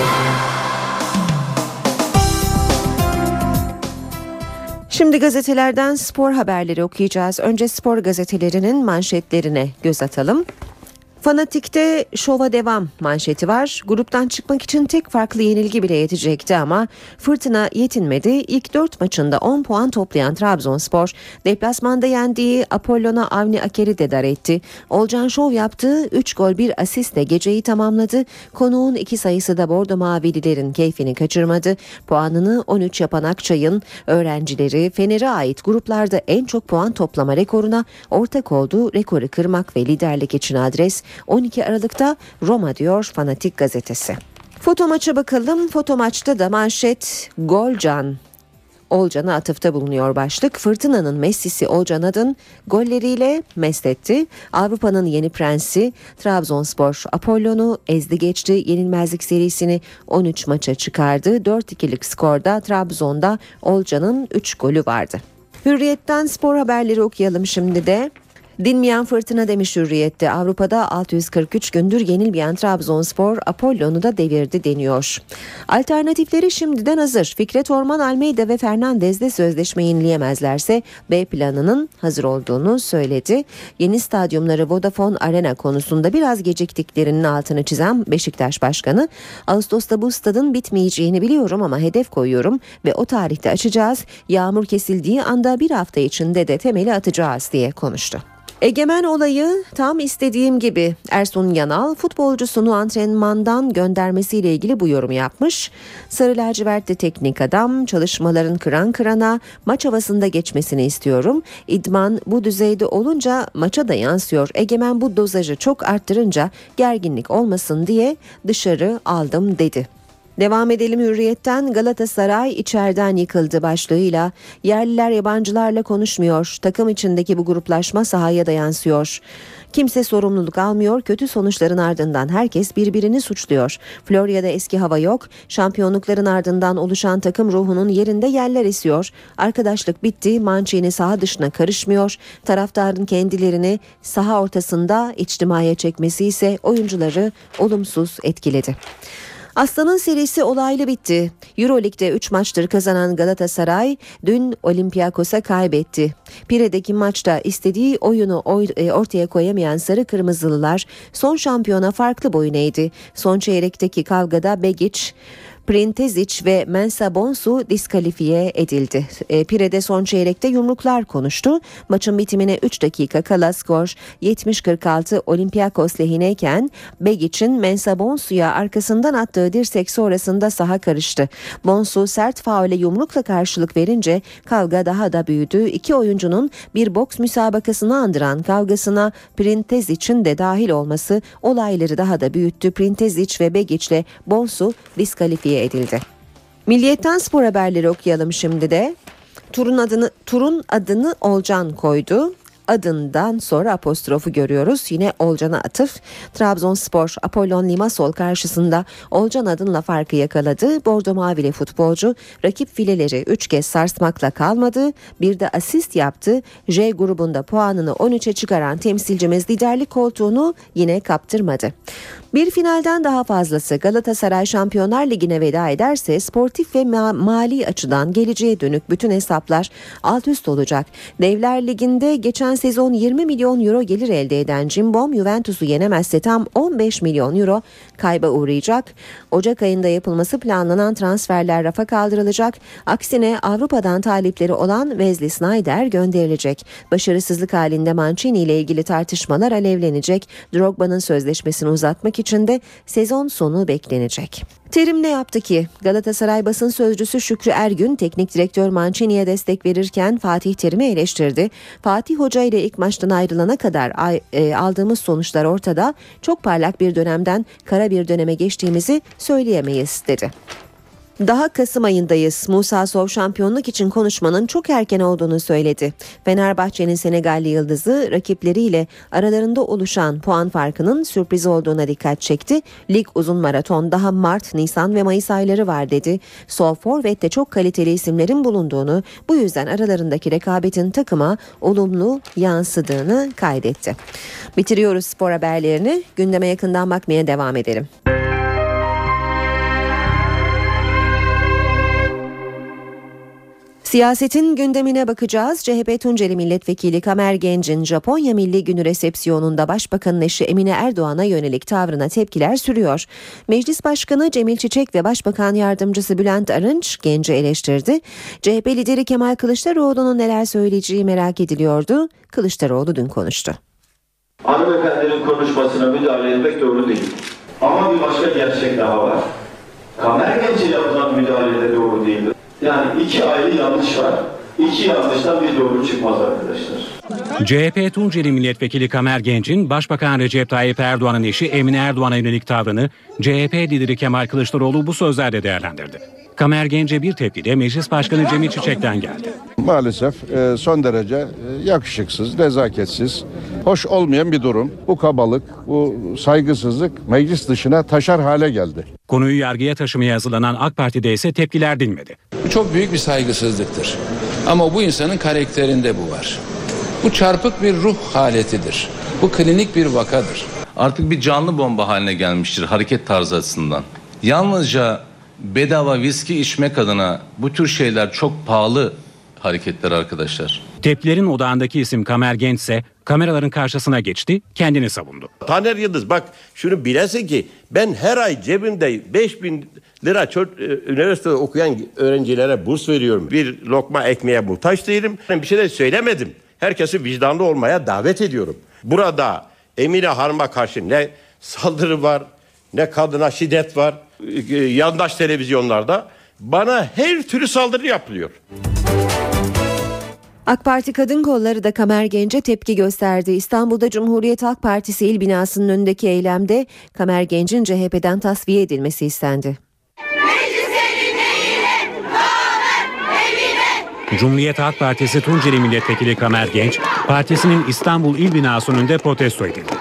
Şimdi gazetelerden spor haberleri okuyacağız. Önce spor gazetelerinin manşetlerine göz atalım. Fanatik'te şova devam manşeti var. Gruptan çıkmak için tek farklı yenilgi bile yetecekti ama fırtına yetinmedi. İlk dört maçında on puan toplayan Trabzonspor deplasmanda yendiği Apollon'a Avni Aker'i de dar etti. Olcan şov yaptığı üç gol bir asistle geceyi tamamladı. Konuğun iki sayısı da Bordo Mavililerin keyfini kaçırmadı. Puanını on üç yapan Akçay'ın öğrencileri Fener'e ait gruplarda en çok puan toplama rekoruna ortak oldu. Rekoru kırmak ve liderlik için adres on iki Aralık'ta Roma diyor Fanatik gazetesi. Foto maça bakalım. Foto maçta da manşet Golcan. Olcan'a atıfta bulunuyor başlık. Fırtınanın Messi'si Olcan Adın golleriyle mest etti. Avrupa'nın yeni prensi Trabzonspor Apollon'u ezdi geçti. Yenilmezlik serisini on üç maça çıkardı. dört ikilik skorda Trabzon'da Olcan'ın üç golü vardı. Hürriyet'ten spor haberleri okuyalım şimdi de. Dinmeyen fırtına demiş Hürriyet'te. Avrupa'da altı yüz kırk üç gündür yenilmeyen Trabzonspor Apollon'u da devirdi deniyor. Alternatifleri şimdiden hazır. Fikret Orman, Almeida ve Fernandez'le sözleşme yenileyemezlerse B planının hazır olduğunu söyledi. Yeni stadyumları Vodafone Arena konusunda biraz geciktiklerinin altını çizen Beşiktaş Başkanı, Ağustos'ta bu stadın bitmeyeceğini biliyorum ama hedef koyuyorum ve o tarihte açacağız. Yağmur kesildiği anda bir hafta içinde de temeli atacağız diye konuştu. Egemen olayı tam istediğim gibi. Ersun Yanal futbolcusunu antrenmandan göndermesiyle ilgili bu yorumu yapmış. Sarı lacivertli teknik adam çalışmaların kıran kırana maç havasında geçmesini istiyorum. İdman bu düzeyde olunca maça da yansıyor. Egemen bu dozajı çok arttırınca gerginlik olmasın diye dışarı aldım dedi. Devam edelim Hürriyet'ten. Galatasaray içeriden yıkıldı başlığıyla yerliler yabancılarla konuşmuyor. Takım içindeki bu gruplaşma sahaya da yansıyor. Kimse sorumluluk almıyor. Kötü sonuçların ardından herkes birbirini suçluyor. Florya'da eski hava yok. Şampiyonlukların ardından oluşan takım ruhunun yerinde yerler esiyor. Arkadaşlık bitti. Mancini saha dışına karışmıyor. Taraftarın kendilerini saha ortasında içtimaya çekmesi ise oyuncuları olumsuz etkiledi. Aslan'ın serisi olaylı bitti. Euroleague'de üç maçtır kazanan Galatasaray dün Olympiakos'a kaybetti. Pire'deki maçta istediği oyunu ortaya koyamayan Sarı Kırmızılılar son şampiyona farklı boyun eğdi. Son çeyrekteki kavgada Begic, Printezic ve Mensah Bonsu diskalifiye edildi. E, Pire'de son çeyrekte yumruklar konuştu. Maçın bitimine üç dakika kala skor yetmiş kırk altı Olympiakos lehineyken Begic'in Mensah Bonsu'ya arkasından attığı dirsek sonrasında saha karıştı. Bonsu sert faule yumrukla karşılık verince kavga daha da büyüdü. İki oyuncunun bir boks müsabakasını andıran kavgasına Printezic'in de dahil olması olayları daha da büyüttü. Printezic ve Begic'le Bonsu diskalifiye edildi. Milliyet'ten spor haberleri okuyalım şimdi de. Turun adını Turun adını Olcan koydu. Adından sonra apostrofu görüyoruz. Yine Olcan'a atıf. Trabzonspor Apollon Limassol karşısında Olcan adınla farkı yakaladı. Bordo Mavili futbolcu rakip fileleri üç kez sarsmakla kalmadı. Bir de asist yaptı. J grubunda puanını on üçe çıkaran temsilcimiz liderlik koltuğunu yine kaptırmadı. Bir finalden daha fazlası. Galatasaray Şampiyonlar Ligi'ne veda ederse sportif ve ma- mali açıdan geleceğe dönük bütün hesaplar alt üst olacak. Devler Ligi'nde geçen sezon yirmi milyon euro gelir elde eden Cimbom Juventus'u yenemezse tam on beş milyon euro kayba uğrayacak. Ocak ayında yapılması planlanan transferler rafa kaldırılacak. Aksine Avrupa'dan talipleri olan Wesley Sneijder gönderilecek. Başarısızlık halinde Mancini ile ilgili tartışmalar alevlenecek. Drogba'nın sözleşmesini uzatmak için de sezon sonu beklenecek. Terim ne yaptı ki? Galatasaray basın sözcüsü Şükrü Ergün teknik direktör Mancini'ye destek verirken Fatih Terim'i eleştirdi. Fatih Hoca ile ilk maçtan ayrılana kadar aldığımız sonuçlar ortada. Çok parlak bir dönemden kara bir döneme geçtiğimizi söyleyemeyiz dedi. Daha Kasım ayındayız. Musa Sow şampiyonluk için konuşmanın çok erken olduğunu söyledi. Fenerbahçe'nin Senegalli yıldızı rakipleriyle aralarında oluşan puan farkının sürpriz olduğuna dikkat çekti. Lig uzun maraton, daha Mart, Nisan ve Mayıs ayları var dedi. Sow forvette çok kaliteli isimlerin bulunduğunu, bu yüzden aralarındaki rekabetin takıma olumlu yansıdığını kaydetti. Bitiriyoruz spor haberlerini. Gündeme yakından bakmaya devam edelim. Siyasetin gündemine bakacağız. C H P Tunceli Milletvekili Kamer Genc'in Japonya Milli Günü resepsiyonunda Başbakanın eşi Emine Erdoğan'a yönelik tavrına tepkiler sürüyor. Meclis Başkanı Cemil Çiçek ve Başbakan Yardımcısı Bülent Arınç Genc'i eleştirdi. C H P lideri Kemal Kılıçdaroğlu'nun neler söyleyeceği merak ediliyordu. Kılıçdaroğlu dün konuştu. Hanımefendinin konuşmasına müdahale etmek doğru değil. Ama bir başka gerçek daha var. Kamer Genc'e yapılan müdahale de doğru değildir. Yani iki ayrı yanlış var. İki yanlıştan bir doğru çıkmaz arkadaşlar. C H P Tunceli Milletvekili Kamer Genc'in Başbakan Recep Tayyip Erdoğan'ın eşi Emine Erdoğan'a yönelik tavrını C H P lideri Kemal Kılıçdaroğlu bu sözlerle değerlendirdi. Kamer Genc'e bir tepki de Meclis Başkanı Cemil Çiçek'ten geldi. Maalesef son derece yakışıksız, nezaketsiz, hoş olmayan bir durum. Bu kabalık, bu saygısızlık meclis dışına taşar hale geldi. Konuyu yargıya taşımaya hazırlanan AK Parti'de ise tepkiler dinmedi. Bu çok büyük bir saygısızlıktır. Ama bu insanın karakterinde bu var. Bu çarpık bir ruh haletidir. Bu klinik bir vakadır. Artık bir canlı bomba haline gelmiştir hareket tarzı açısından. Yalnızca bedava viski içmek adına bu tür şeyler çok pahalı hareketler arkadaşlar. Tepkilerin odağındaki isim Kamer Genç ise kameraların karşısına geçti, kendini savundu. Taner Yıldız, bak şunu bilesin ki ben her ay cebimde beş bin lira üniversitede okuyan öğrencilere burs veriyorum. Bir lokma ekmeğe muhtaç değilim. Bir şey de söylemedim. Herkesi vicdanlı olmaya davet ediyorum. Burada Emine Hanım'a karşı ne saldırı var, ne kadına şiddet var. Yandaş televizyonlarda bana her türlü saldırı yapılıyor. AK Parti Kadın Kolları da Kamer Genç'e tepki gösterdi. İstanbul'da Cumhuriyet Halk Partisi il binasının önündeki eylemde Kamer Genç'in C H P'den tasfiye edilmesi istendi. Cumhuriyet Halk Partisi Tunceli Milletvekili Kamer Genç, partisinin İstanbul il binası önünde protesto edildi.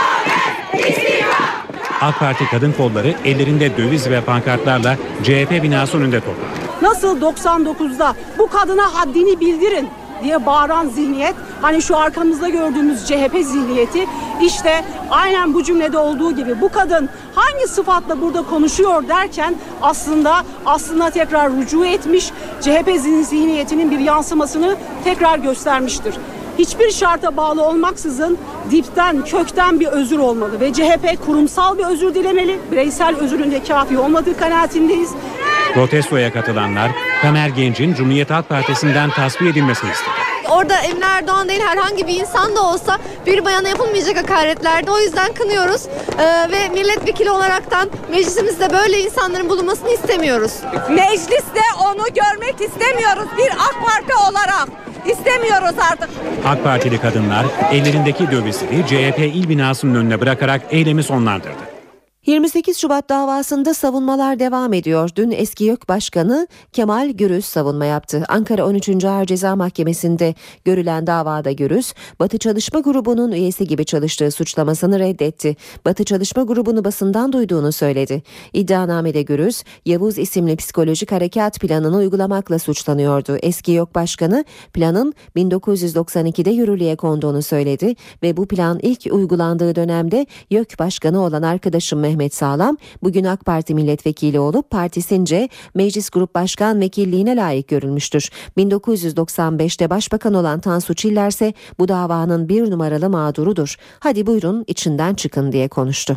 AK Parti Kadın Kolları ellerinde döviz ve pankartlarla C H P binası önünde toplandı. Nasıl doksan dokuzda bu kadına haddini bildirin diye bağıran zihniyet, hani şu arkamızda gördüğümüz C H P zihniyeti, işte aynen bu cümlede olduğu gibi bu kadın hangi sıfatla burada konuşuyor derken aslında aslında tekrar rücu etmiş, C H P zihniyetinin bir yansımasını tekrar göstermiştir. Hiçbir şarta bağlı olmaksızın dipten, kökten bir özür olmalı ve C H P kurumsal bir özür dilemeli. Bireysel özrün de kafi olmadığı kanaatindeyiz. Protestoya katılanlar Kamer Genç'in Cumhuriyet Halk Partisi'nden tasfiye edilmesini istedi. Orada Emine Erdoğan değil, herhangi bir insan da olsa bir bayana yapılmayacak hakaretlerdi. O yüzden kınıyoruz ee, ve milletvekili olaraktan meclisimizde böyle insanların bulunmasını istemiyoruz. Mecliste onu görmek istemiyoruz bir AK Parti olarak. İstemiyoruz artık. AK Partili kadınlar ellerindeki dövizleri C H P il binasının önüne bırakarak eylemi sonlandırdı. yirmi sekiz Şubat davasında savunmalar devam ediyor. Dün eski YÖK Başkanı Kemal Gürüz savunma yaptı. Ankara on üçüncü Ağır Ceza Mahkemesi'nde görülen davada Gürüz, Batı Çalışma Grubu'nun üyesi gibi çalıştığı suçlamasını reddetti. Batı Çalışma Grubu'nu basından duyduğunu söyledi. İddianamede Gürüz, Yavuz isimli psikolojik harekat planını uygulamakla suçlanıyordu. Eski YÖK Başkanı planın bin dokuz yüz doksan ikide yürürlüğe konduğunu söyledi ve bu plan ilk uygulandığı dönemde YÖK Başkanı olan arkadaşım Mehmet Sağlam bugün AK Parti milletvekili olup partisince Meclis Grup Başkan Vekilliğine layık görülmüştür. bin dokuz yüz doksan beşte başbakan olan Tansu Çiller ise bu davanın bir numaralı mağdurudur. Hadi buyurun içinden çıkın diye konuştu.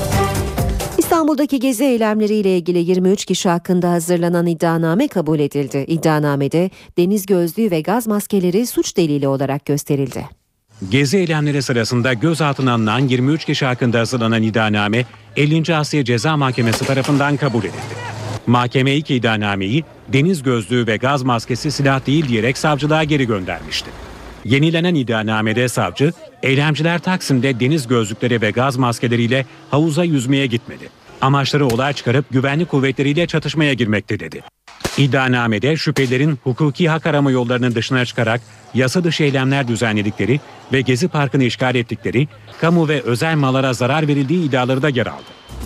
İstanbul'daki gezi eylemleriyle ilgili yirmi üç kişi hakkında hazırlanan iddianame kabul edildi. İddianamede deniz gözlüğü ve gaz maskeleri suç delili olarak gösterildi. Gezi eylemleri sırasında gözaltına alınan yirmi üç kişi hakkında hazırlanan iddianame ellinci Asya Ceza Mahkemesi tarafından kabul edildi. Mahkeme ilk iddianameyi deniz gözlüğü ve gaz maskesi silah değil diyerek savcılığa geri göndermişti. Yenilenen iddianamede savcı, eylemciler Taksim'de deniz gözlükleri ve gaz maskeleriyle havuza yüzmeye gitmedi. Amaçları olay çıkarıp güvenlik kuvvetleriyle çatışmaya girmekte dedi. İddianamede şüphelilerin hukuki hak arama yollarının dışına çıkarak yasa dışı eylemler düzenledikleri ve Gezi Parkı'nı işgal ettikleri, kamu ve özel mallara zarar verildiği iddiaları da yer aldı.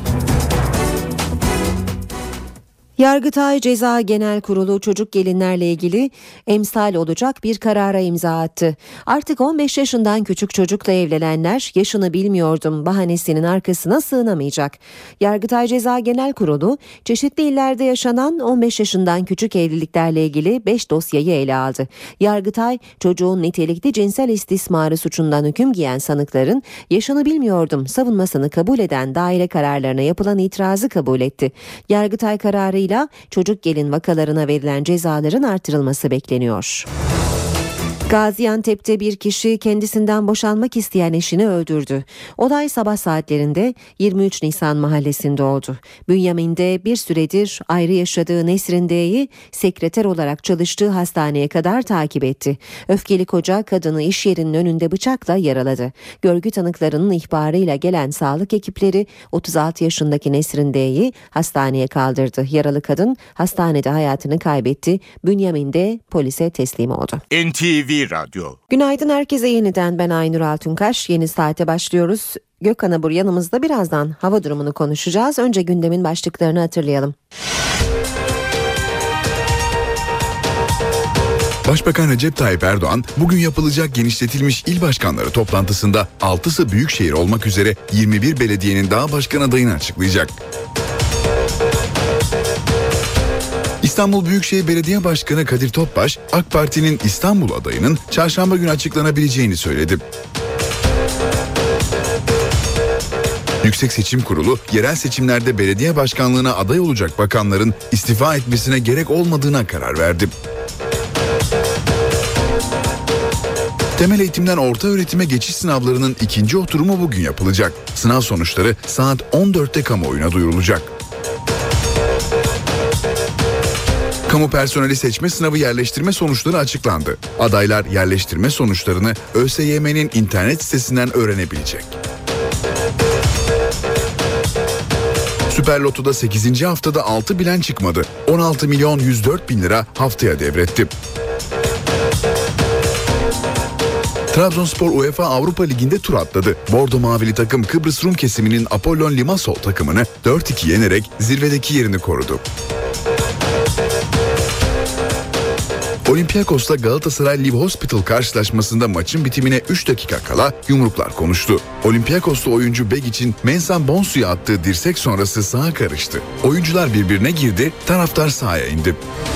Yargıtay Ceza Genel Kurulu çocuk gelinlerle ilgili emsal olacak bir karara imza attı. Artık on beş yaşından küçük çocukla evlenenler yaşını bilmiyordum bahanesinin arkasına sığınamayacak. Yargıtay Ceza Genel Kurulu çeşitli illerde yaşanan on beş yaşından küçük evliliklerle ilgili beş dosyayı ele aldı. Yargıtay çocuğun nitelikli cinsel istismarı suçundan hüküm giyen sanıkların yaşını bilmiyordum savunmasını kabul eden daire kararlarına yapılan itirazı kabul etti. Yargıtay kararı çocuk gelin vakalarına verilen cezaların artırılması bekleniyor. Gaziantep'te bir kişi kendisinden boşanmak isteyen eşini öldürdü. Olay sabah saatlerinde yirmi üç Nisan mahallesinde oldu. Bünyamin'de bir süredir ayrı yaşadığı Nesrin D'yi sekreter olarak çalıştığı hastaneye kadar takip etti. Öfkeli koca kadını iş yerinin önünde bıçakla yaraladı. Görgü tanıklarının ihbarıyla gelen sağlık ekipleri otuz altı yaşındaki Nesrin D'yi hastaneye kaldırdı. Yaralı kadın hastanede hayatını kaybetti. Bünyamin'de polise teslim oldu. N T V Radyo. Günaydın herkese, yeniden ben Aynur Altunkaş. Yeni saate başlıyoruz. Gökhan Abur yanımızda, birazdan hava durumunu konuşacağız. Önce gündemin başlıklarını hatırlayalım. Başbakan Recep Tayyip Erdoğan bugün yapılacak genişletilmiş il başkanları toplantısında altısı büyükşehir olmak üzere yirmi bir belediyenin daha başkan adayını açıklayacak. İstanbul Büyükşehir Belediye Başkanı Kadir Topbaş, AK Parti'nin İstanbul adayının çarşamba günü açıklanabileceğini söyledi. Yüksek Seçim Kurulu, yerel seçimlerde belediye başkanlığına aday olacak bakanların istifa etmesine gerek olmadığına karar verdi. Temel eğitimden orta öğretime geçiş sınavlarının ikinci oturumu bugün yapılacak. Sınav sonuçları saat on dörtte kamuoyuna duyurulacak. Kamu personeli seçme sınavı yerleştirme sonuçları açıklandı. Adaylar yerleştirme sonuçlarını ÖSYM'nin internet sitesinden öğrenebilecek. Süper Loto'da sekizinci haftada altı bilen çıkmadı. on altı milyon yüz dört bin lira haftaya devretti. Trabzonspor UEFA Avrupa Ligi'nde tur atladı. Bordo Mavili takım Kıbrıs Rum kesiminin Apollon Limassol takımını dört iki yenerek zirvedeki yerini korudu. Olympiakos'la Galatasaray Live Hospital karşılaşmasında maçın bitimine üç dakika kala yumruklar konuştu. Olympiakoslu oyuncu Begic'in Mensah Bonsu'ya attığı dirsek sonrası saha karıştı. Oyuncular birbirine girdi, taraftar sahaya indi.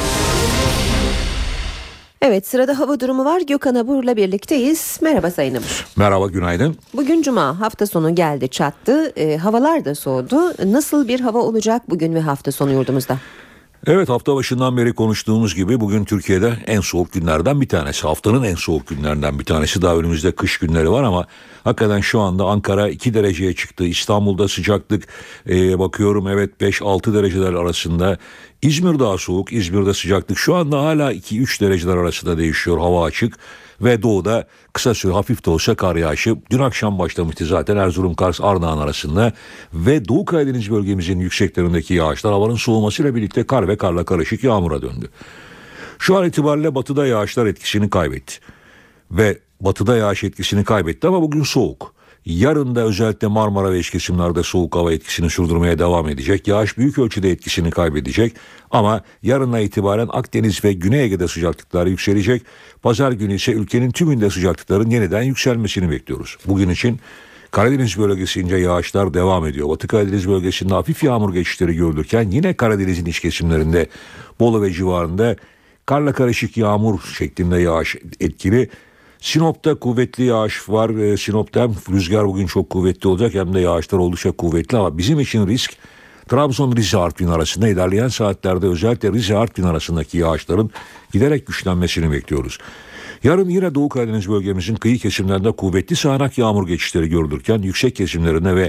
Evet, sırada hava durumu var. Gökhan Abur'la birlikteyiz. Merhaba Sayın Abur. Merhaba, günaydın. Bugün Cuma, hafta sonu geldi çattı. E, havalar da soğudu. Nasıl bir hava olacak bugün ve hafta sonu yurdumuzda? Evet, hafta başından beri konuştuğumuz gibi bugün Türkiye'de en soğuk günlerden bir tanesi. Haftanın en soğuk günlerinden bir tanesi. Daha önümüzde kış günleri var ama hakikaten şu anda Ankara iki dereceye çıktı. İstanbul'da sıcaklık e, bakıyorum evet beş altı dereceler arasında. İzmir daha soğuk. İzmir'de sıcaklık şu anda hala iki üç dereceler arasında değişiyor. Hava açık. Ve doğuda kısa süre hafif de olsa kar yağışı dün akşam başlamıştı zaten Erzurum, Kars, Ardahan arasında ve Doğu Karadeniz bölgemizin yükseklerindeki yağışlar havanın soğumasıyla birlikte kar ve karla karışık yağmura döndü. Şu an itibariyle batıda yağışlar etkisini kaybetti ve batıda yağış etkisini kaybetti ama bugün soğuk. Yarın da özellikle Marmara ve iç kesimlerde soğuk hava etkisini sürdürmeye devam edecek. Yağış büyük ölçüde etkisini kaybedecek ama yarından itibaren Akdeniz ve Güney Ege'de sıcaklıklar yükselecek. Pazar günü ise ülkenin tümünde sıcaklıkların yeniden yükselmesini bekliyoruz. Bugün için Karadeniz bölgesince yağışlar devam ediyor. Batı Karadeniz bölgesinde hafif yağmur geçişleri görülürken yine Karadeniz'in iç kesimlerinde Bolu ve civarında karla karışık yağmur şeklinde yağış etkili. Sinop'ta kuvvetli yağış var. E, Sinop'ta hem rüzgar bugün çok kuvvetli olacak hem de yağışlar oldukça kuvvetli ama bizim için risk Trabzon-Rize-Artvin arasında ilerleyen saatlerde özellikle Rize-Artvin arasındaki yağışların giderek güçlenmesini bekliyoruz. Yarın yine Doğu Karadeniz bölgemizin kıyı kesimlerinde kuvvetli sağanak yağmur geçişleri görülürken yüksek kesimlerine ve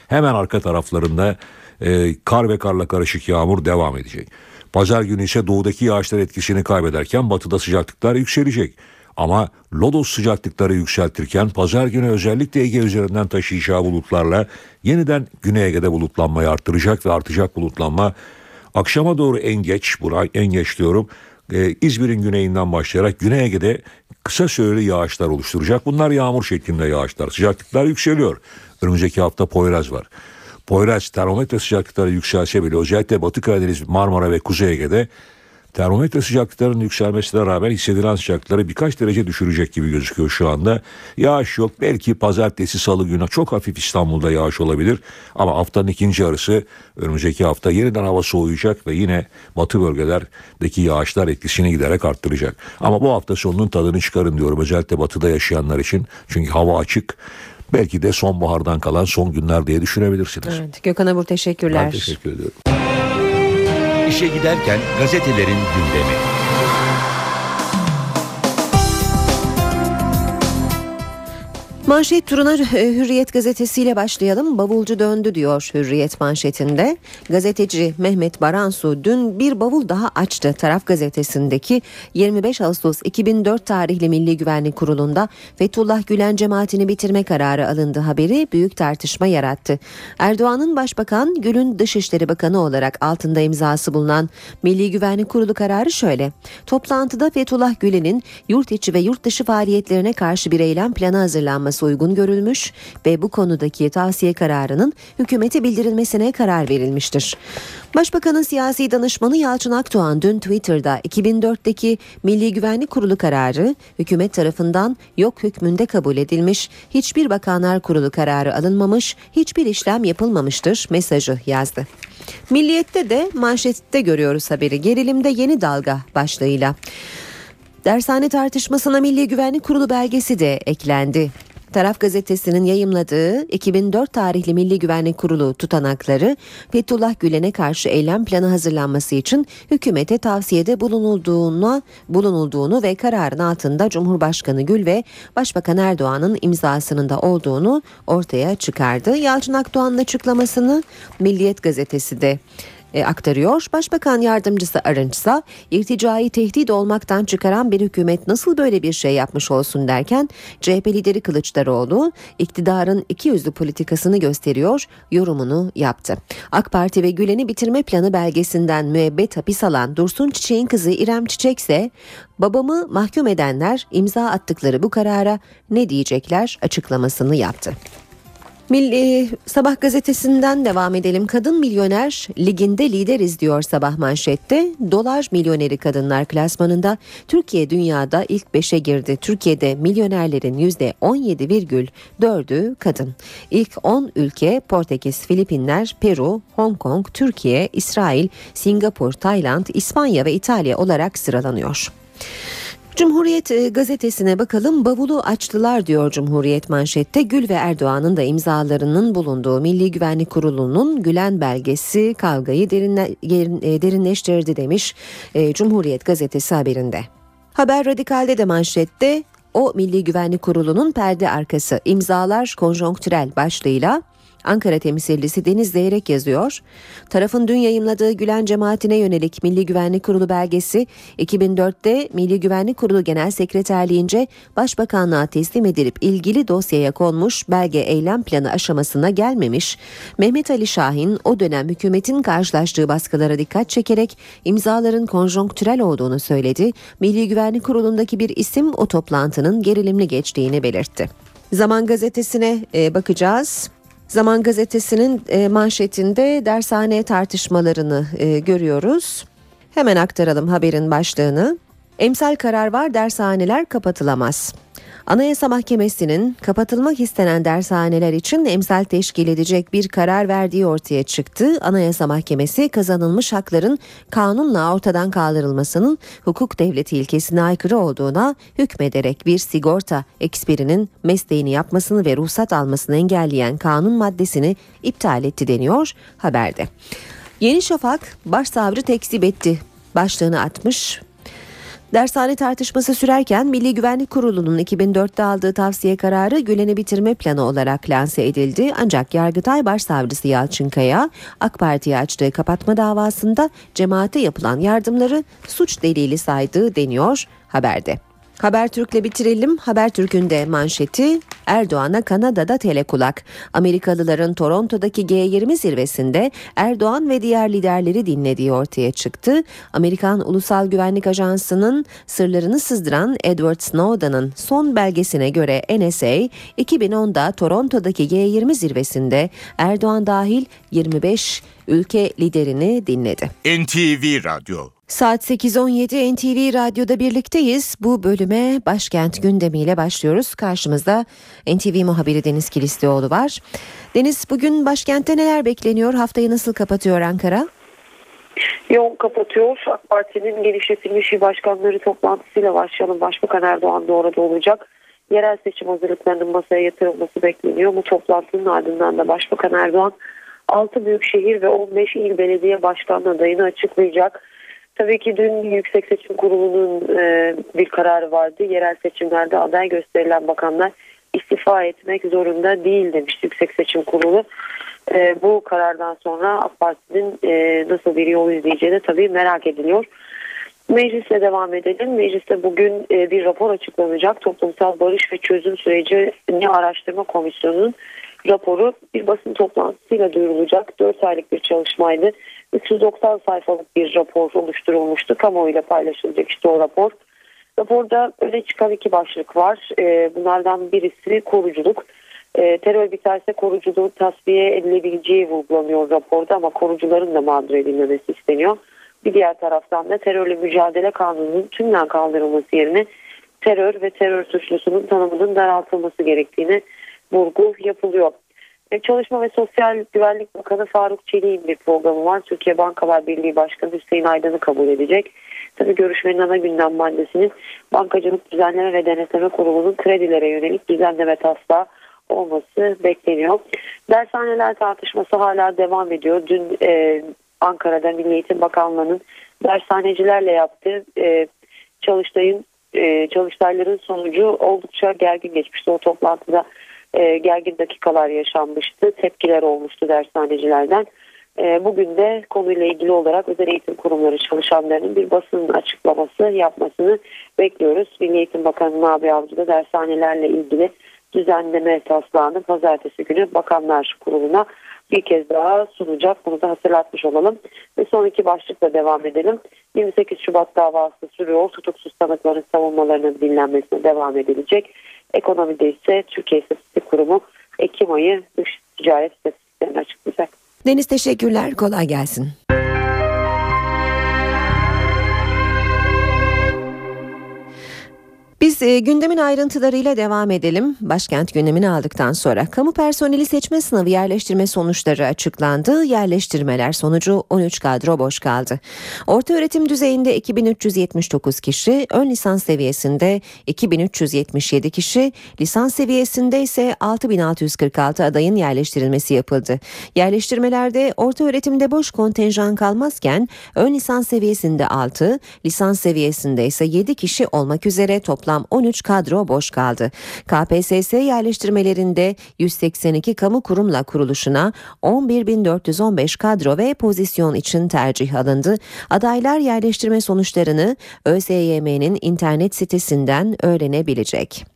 Hemen arka taraflarında e, kar ve karla karışık yağmur devam edecek. Pazar günü ise doğudaki yağışlar etkisini kaybederken batıda sıcaklıklar yükselecek. Ama lodos sıcaklıkları yükseltirken pazar günü özellikle Ege üzerinden taşıyacağı bulutlarla yeniden Güney Ege'de bulutlanmayı arttıracak ve artacak bulutlanma akşama doğru en geç, buraya en geç diyorum, e, İzmir'in güneyinden başlayarak Güney Ege'de kısa süreli yağışlar oluşturacak. Bunlar yağmur şeklinde yağışlar. Sıcaklıklar yükseliyor. Önümüzdeki hafta Poyraz var. Poyraz termometre sıcaklıkları yükselse bile özellikle Batı Karadeniz, Marmara ve Kuzey Ege'de termometre sıcaklıklarının yükselmesine rağmen hissedilen sıcaklıkları birkaç derece düşürecek gibi gözüküyor şu anda. Yağış yok. Belki pazartesi, salı günü çok hafif İstanbul'da yağış olabilir. Ama haftanın ikinci yarısı önümüzdeki hafta yeniden hava soğuyacak ve yine batı bölgelerdeki yağışlar etkisini giderek arttıracak. Ama bu hafta sonunun tadını çıkarın diyorum özellikle batıda yaşayanlar için. Çünkü hava açık. Belki de sonbahardan kalan son günler diye düşünebilirsiniz. Evet, Gökhan Abur teşekkürler. Ben teşekkür ediyorum. İşe giderken gazetelerin gündemi. Manşet turuna Hürriyet gazetesiyle başlayalım. Bavulcu döndü diyor Hürriyet manşetinde. Gazeteci Mehmet Baransu dün bir bavul daha açtı. Taraf gazetesindeki yirmi beş Ağustos iki bin dört tarihli Milli Güvenlik Kurulu'nda Fethullah Gülen cemaatini bitirme kararı alındı haberi büyük tartışma yarattı. Erdoğan'ın Başbakan, Gül'ün Dışişleri Bakanı olarak altında imzası bulunan Milli Güvenlik Kurulu kararı şöyle. Toplantıda Fethullah Gülen'in yurt içi ve yurt dışı faaliyetlerine karşı bir eylem planı hazırlanması uygun görülmüş ve bu konudaki tavsiye kararının hükümete bildirilmesine karar verilmiştir. Başbakanın siyasi danışmanı Yalçın Akdoğan dün Twitter'da iki bin dörtteki Milli Güvenlik Kurulu kararı hükümet tarafından yok hükmünde kabul edilmiş, hiçbir Bakanlar Kurulu kararı alınmamış, hiçbir işlem yapılmamıştır mesajı yazdı. Milliyet'te de manşette görüyoruz haberi, gerilimde yeni dalga başlığıyla. Dershane tartışmasına Milli Güvenlik Kurulu belgesi de eklendi. Taraf gazetesinin yayımladığı iki bin dört tarihli Milli Güvenlik Kurulu tutanakları Fethullah Gülen'e karşı eylem planı hazırlanması için hükümete tavsiyede bulunulduğunu, bulunulduğunu ve kararın altında Cumhurbaşkanı Gül ve Başbakan Erdoğan'ın imzasının da olduğunu ortaya çıkardı. Yalçın Akdoğan'ın açıklamasını Milliyet gazetesi de aktarıyor. Başbakan Yardımcısı Arınçsa irticai tehdit olmaktan çıkaran bir hükümet nasıl böyle bir şey yapmış olsun derken C H P lideri Kılıçdaroğlu iktidarın ikiyüzlü politikasını gösteriyor yorumunu yaptı. AK Parti ve Gülen'i bitirme planı belgesinden müebbet hapis alan Dursun Çiçek'in kızı İrem Çiçek ise babamı mahkum edenler imza attıkları bu karara ne diyecekler açıklamasını yaptı. Milli Sabah gazetesinden devam edelim. Kadın milyoner liginde lideriz diyor Sabah manşette. Dolar milyoneri kadınlar klasmanında Türkiye dünyada ilk beşe girdi. Türkiye'de milyonerlerin yüzde on yedi virgül dördü kadın. İlk on ülke Portekiz, Filipinler, Peru, Hong Kong, Türkiye, İsrail, Singapur, Tayland, İspanya ve İtalya olarak sıralanıyor. Cumhuriyet gazetesine bakalım. Bavulu açtılar diyor Cumhuriyet manşette. Gül ve Erdoğan'ın da imzalarının bulunduğu Milli Güvenlik Kurulu'nun Gülen belgesi kavgayı derinle, derinleştirdi demiş Cumhuriyet gazetesi haberinde. Haber Radikal'de de manşette o Milli Güvenlik Kurulu'nun perde arkası imzalar konjonktürel başlığıyla Ankara temsilcisi Deniz Zeyrek yazıyor. Tarafın dün yayımladığı Gülen cemaatine yönelik Milli Güvenlik Kurulu belgesi iki bin dörtte Milli Güvenlik Kurulu Genel Sekreterliğince Başbakanlığa teslim edilip ilgili dosyaya konmuş, belge eylem planı aşamasına gelmemiş. Mehmet Ali Şahin o dönem hükümetin karşılaştığı baskılara dikkat çekerek imzaların konjonktürel olduğunu söyledi. Milli Güvenlik Kurulu'ndaki bir isim o toplantının gerilimli geçtiğini belirtti. Zaman gazetesine e, bakacağız. Zaman gazetesinin e, manşetinde dershane tartışmalarını e, görüyoruz. Hemen aktaralım haberin başlığını. Emsal karar var, dershaneler kapatılamaz. Anayasa Mahkemesi'nin kapatılmak istenen dershaneler için emsal teşkil edecek bir karar verdiği ortaya çıktı. Anayasa Mahkemesi kazanılmış hakların kanunla ortadan kaldırılmasının hukuk devleti ilkesine aykırı olduğuna hükmederek bir sigorta eksperinin mesleğini yapmasını ve ruhsat almasını engelleyen kanun maddesini iptal etti deniyor haberde. Yeni Şafak başsavcı tekzip etti başlığını atmış. Dershane tartışması sürerken Milli Güvenlik Kurulu'nun iki bin dörtte aldığı tavsiye kararı Gülen'i bitirme planı olarak lanse edildi. Ancak Yargıtay Başsavcısı Yalçın Kaya, AK Parti'ye açtığı kapatma davasında cemaate yapılan yardımları suç delili saydığı deniyor haberde. Habertürk'le bitirelim. Habertürk'ün de manşeti Erdoğan'a Kanada'da telekulak. Amerikalıların Toronto'daki G yirmi zirvesinde Erdoğan ve diğer liderleri dinlediği ortaya çıktı. Amerikan Ulusal Güvenlik Ajansı'nın sırlarını sızdıran Edward Snowden'ın son belgesine göre N S A iki bin onda Toronto'daki G yirmi zirvesinde Erdoğan dahil yirmi beş ülke liderini dinledi. N T V Radyo. Saat sekiz on yedi N T V Radyo'da birlikteyiz. Bu bölüme başkent gündemiyle başlıyoruz. Karşımızda N T V muhabiri Deniz Kilislioğlu var. Deniz, bugün başkentte neler bekleniyor? Haftayı nasıl kapatıyor Ankara? Yoğun kapatıyor. AK Parti'nin genişletilmiş il başkanları toplantısıyla başlayalım. Başbakan Erdoğan da orada olacak. Yerel seçim hazırlıklarının masaya yatırılması bekleniyor. Bu toplantının ardından da Başbakan Erdoğan altı büyükşehir ve on beş il belediye başkanlığı adayını açıklayacak. Tabii ki dün Yüksek Seçim Kurulu'nun e, bir kararı vardı. Yerel seçimlerde aday gösterilen bakanlar istifa etmek zorunda değil demişti Yüksek Seçim Kurulu. E, bu karardan sonra AK Parti'nin e, nasıl bir yol izleyeceğini tabii merak ediliyor. Meclisle devam edelim. Mecliste bugün e, bir rapor açıklanacak. Toplumsal Barış ve Çözüm Sürecini Araştırma Komisyonu'nun raporu bir basın toplantısıyla duyurulacak. dört aylık bir çalışmaydı. üç yüz doksan sayfalık bir rapor oluşturulmuştu. Kamuoyuyla paylaşılacak işte o rapor. Raporda öne çıkan iki başlık var. Ee, bunlardan birisi koruculuk. Ee, terör biterse koruculuğun tasfiye edilebileceği vurgulanıyor raporda ama korucuların da mağdur edilmemesi isteniyor. Bir diğer taraftan da terörle mücadele kanununun tümden kaldırılması yerine terör ve terör suçlusunun tanımının daraltılması gerektiğini vurgu yapılıyor. Çalışma ve Sosyal Güvenlik Bakanı Faruk Çelik'in bir programı var. Türkiye Bankalar Birliği Başkanı Hüseyin Aydın'ı kabul edecek. Tabii görüşmenin ana gündem maddesinin Bankacılık Düzenleme ve Denetleme Kurulu'nun kredilere yönelik düzenleme taslağı olması bekleniyor. Dershaneler tartışması hala devam ediyor. Dün e, Ankara'da Milli Eğitim Bakanlığı'nın dershanecilerle yaptığı e, çalıştayın, e, çalıştayların sonucu oldukça gergin geçmişti. O toplantıda E, gergin dakikalar yaşanmıştı. Tepkiler olmuştu dershanecilerden. E, bugün de konuyla ilgili olarak özel eğitim kurumları çalışanlarının bir basın açıklaması yapmasını bekliyoruz. Milli Eğitim Bakanı Nabi Avcı da dershanelerle ilgili düzenleme taslağını pazartesi günü Bakanlar Kurulu'na bir kez daha sunacak. Bunu da hatırlatmış olalım. Ve son iki başlıkla devam edelim. yirmi sekiz Şubat davası sürüyor. Tutuksuz sanıkların savunmalarının dinlenmesine devam edilecek. Ekonomide ise Türkiye İstatistik Kurumu Ekim ayı dış ticaret istatistiklerini açıklayacak. Deniz, teşekkürler. Kolay gelsin. Biz e, gündemin ayrıntılarıyla devam edelim. Başkent gündemini aldıktan sonra kamu personeli seçme sınavı yerleştirme sonuçları açıklandı. Yerleştirmeler sonucu on üç kadro boş kaldı. Ortaöğretim düzeyinde iki bin üç yüz yetmiş dokuz kişi, ön lisans seviyesinde iki bin üç yüz yetmiş yedi kişi, lisans seviyesinde ise altı bin altı yüz kırk altı adayın yerleştirilmesi yapıldı. Yerleştirmelerde ortaöğretimde boş kontenjan kalmazken ön lisans seviyesinde altı, lisans seviyesinde ise yedi kişi olmak üzere toplam on üç kadro boş kaldı. K P S S yerleştirmelerinde yüz seksen iki kamu kurumla kuruluşuna on bir bin dört yüz on beş kadro ve pozisyon için tercih alındı. Adaylar yerleştirme sonuçlarını ÖSYM'nin internet sitesinden öğrenebilecek.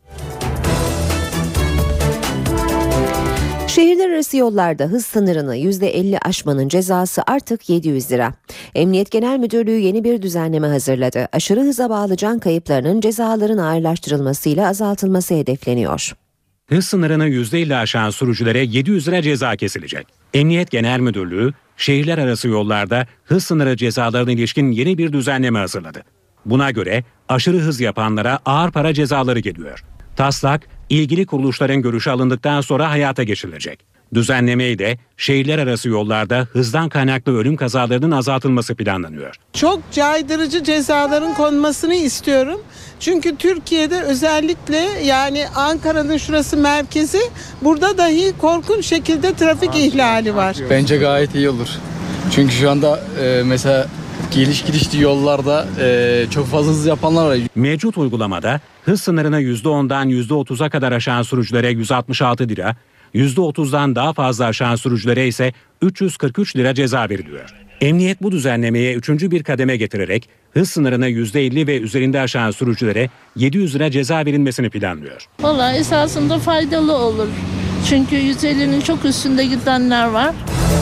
Şehirler arası yollarda hız sınırını yüzde elli aşmanın cezası artık yedi yüz lira. Emniyet Genel Müdürlüğü yeni bir düzenleme hazırladı. Aşırı hıza bağlı can kayıplarının cezaların ağırlaştırılmasıyla azaltılması hedefleniyor. Hız sınırını yüzde elli aşan sürücülere yedi yüz lira ceza kesilecek. Emniyet Genel Müdürlüğü şehirler arası yollarda hız sınırı cezalarına ilişkin yeni bir düzenleme hazırladı. Buna göre aşırı hız yapanlara ağır para cezaları geliyor. Taslak, ilgili kuruluşların görüşü alındıktan sonra hayata geçirilecek. Düzenlemeyi de şehirler arası yollarda hızdan kaynaklı ölüm kazalarının azaltılması planlanıyor. Çok caydırıcı cezaların konmasını istiyorum. Çünkü Türkiye'de özellikle yani Ankara'nın şurası merkezi, burada dahi korkunç şekilde trafik ihlali var. Bence gayet iyi olur. Çünkü şu anda e, mesela Geliş gidişli yollarda e, çok fazla hız yapanlar var. Mevcut uygulamada hız sınırını yüzde ondan yüzde otuza kadar aşan sürücülere yüz altmış altı lira, yüzde otuzdan daha fazla aşan sürücülere ise üç yüz kırk üç lira ceza veriliyor. Emniyet bu düzenlemeye üçüncü bir kademe getirerek hız sınırını yüzde elli ve üzerinde aşan sürücülere yedi yüz lira ceza verilmesini planlıyor. Vallahi esasında faydalı olur. Çünkü yüz ellinin çok üstünde gidenler var.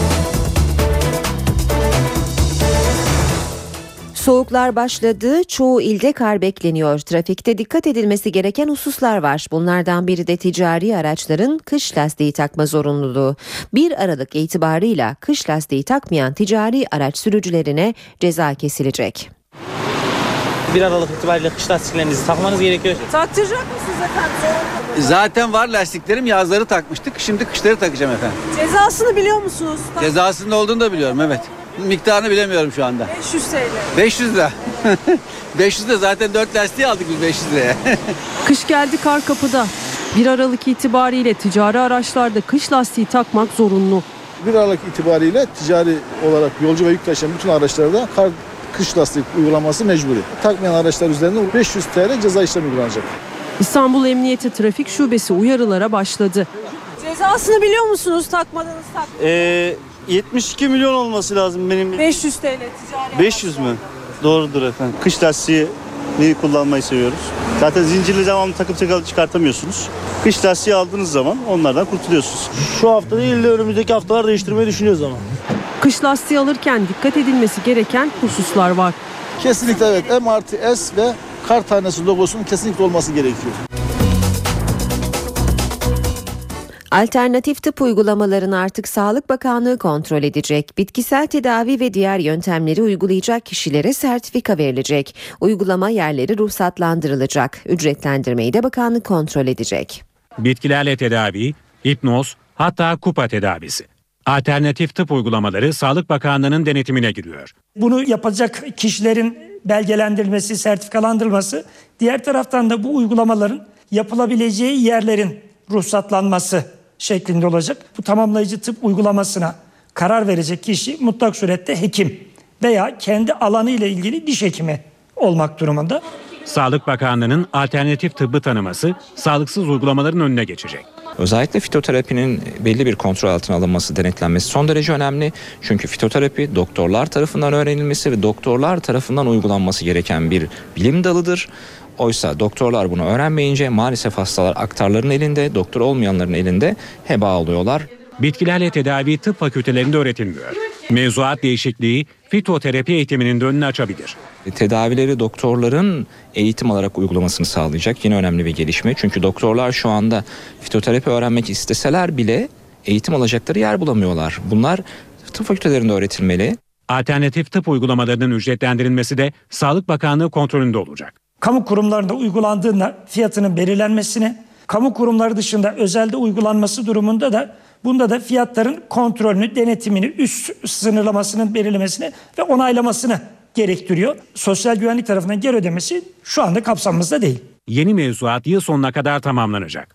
Soğuklar başladı, çoğu ilde kar bekleniyor. Trafikte dikkat edilmesi gereken hususlar var. Bunlardan biri de ticari araçların kış lastiği takma zorunluluğu. bir Aralık itibarıyla kış lastiği takmayan ticari araç sürücülerine ceza kesilecek. bir Aralık itibariyle kış lastiklerinizi takmanız gerekiyor. Taktıracak mısınız efendim? Zaten var lastiklerim, yazları takmıştık. Şimdi kışları takacağım efendim. Cezasını biliyor musunuz? Cezasının olduğunu da biliyorum, evet. Miktarını bilemiyorum şu anda. beş yüz TL. beş yüz lira. beş yüz lira zaten dört lastiği aldık biz beş yüz liraya. Kış geldi, kar kapıda. bir Aralık itibariyle ticari araçlarda kış lastiği takmak zorunlu. bir Aralık itibariyle ticari olarak yolcu ve yük taşıyan bütün araçlarda kar kış lastiği uygulaması mecburi. Takmayan araçlar üzerinde beş yüz TL ceza işlemi uygulanacak. İstanbul Emniyeti Trafik Şubesi uyarılara başladı. Cezasını biliyor musunuz takmadığınız takdirde? Ee, yetmiş iki milyon olması lazım benim. beş yüz TL ticari. beş yüz mü? Doğrudur efendim. Kış lastiği kullanmayı seviyoruz. Zaten zincirli devamlı takıp çıkartamıyorsunuz. Kış lastiği aldığınız zaman onlardan kurtuluyorsunuz. Şu hafta değil de önümüzdeki haftalar değiştirmeyi düşünüyoruz ama. Kış lastiği alırken dikkat edilmesi gereken hususlar var. Kesinlikle evet. M artı S ve kar tanesi logosunun kesinlikle olması gerekiyor. Alternatif tıp uygulamalarını artık Sağlık Bakanlığı kontrol edecek. Bitkisel tedavi ve diğer yöntemleri uygulayacak kişilere sertifika verilecek. Uygulama yerleri ruhsatlandırılacak. Ücretlendirmeyi de bakanlık kontrol edecek. Bitkilerle tedavi, hipnoz, hatta kupa tedavisi. Alternatif tıp uygulamaları Sağlık Bakanlığı'nın denetimine giriyor. Bunu yapacak kişilerin belgelendirilmesi, sertifikalandırılması, diğer taraftan da bu uygulamaların yapılabileceği yerlerin ruhsatlanması şeklinde olacak. Bu tamamlayıcı tıp uygulamasına karar verecek kişi mutlak surette hekim veya kendi alanı ile ilgili diş hekimi olmak durumunda. Sağlık Bakanlığı'nın alternatif tıbbı tanıması sağlıksız uygulamaların önüne geçecek. Özellikle fitoterapinin belli bir kontrol altına alınması, denetlenmesi son derece önemli. Çünkü fitoterapi doktorlar tarafından öğrenilmesi ve doktorlar tarafından uygulanması gereken bir bilim dalıdır. Oysa doktorlar bunu öğrenmeyince maalesef hastalar aktarların elinde, doktor olmayanların elinde heba oluyorlar. Bitkilerle tedavi tıp fakültelerinde öğretilmiyor. Mevzuat değişikliği fitoterapi eğitiminin de önünü açabilir. Tedavileri doktorların eğitim alarak uygulamasını sağlayacak yine önemli bir gelişme. Çünkü doktorlar şu anda fitoterapi öğrenmek isteseler bile eğitim alacakları yer bulamıyorlar. Bunlar tıp fakültelerinde öğretilmeli. Alternatif tıp uygulamalarının ücretlendirilmesi de Sağlık Bakanlığı kontrolünde olacak. Kamu kurumlarında uygulandığında fiyatının belirlenmesini, kamu kurumları dışında özelde uygulanması durumunda da bunda da fiyatların kontrolünü, denetimini, üst sınırlamasının belirlemesini ve onaylamasını gerektiriyor. Sosyal güvenlik tarafından geri ödemesi şu anda kapsamımızda değil. Yeni mevzuat yıl sonuna kadar tamamlanacak.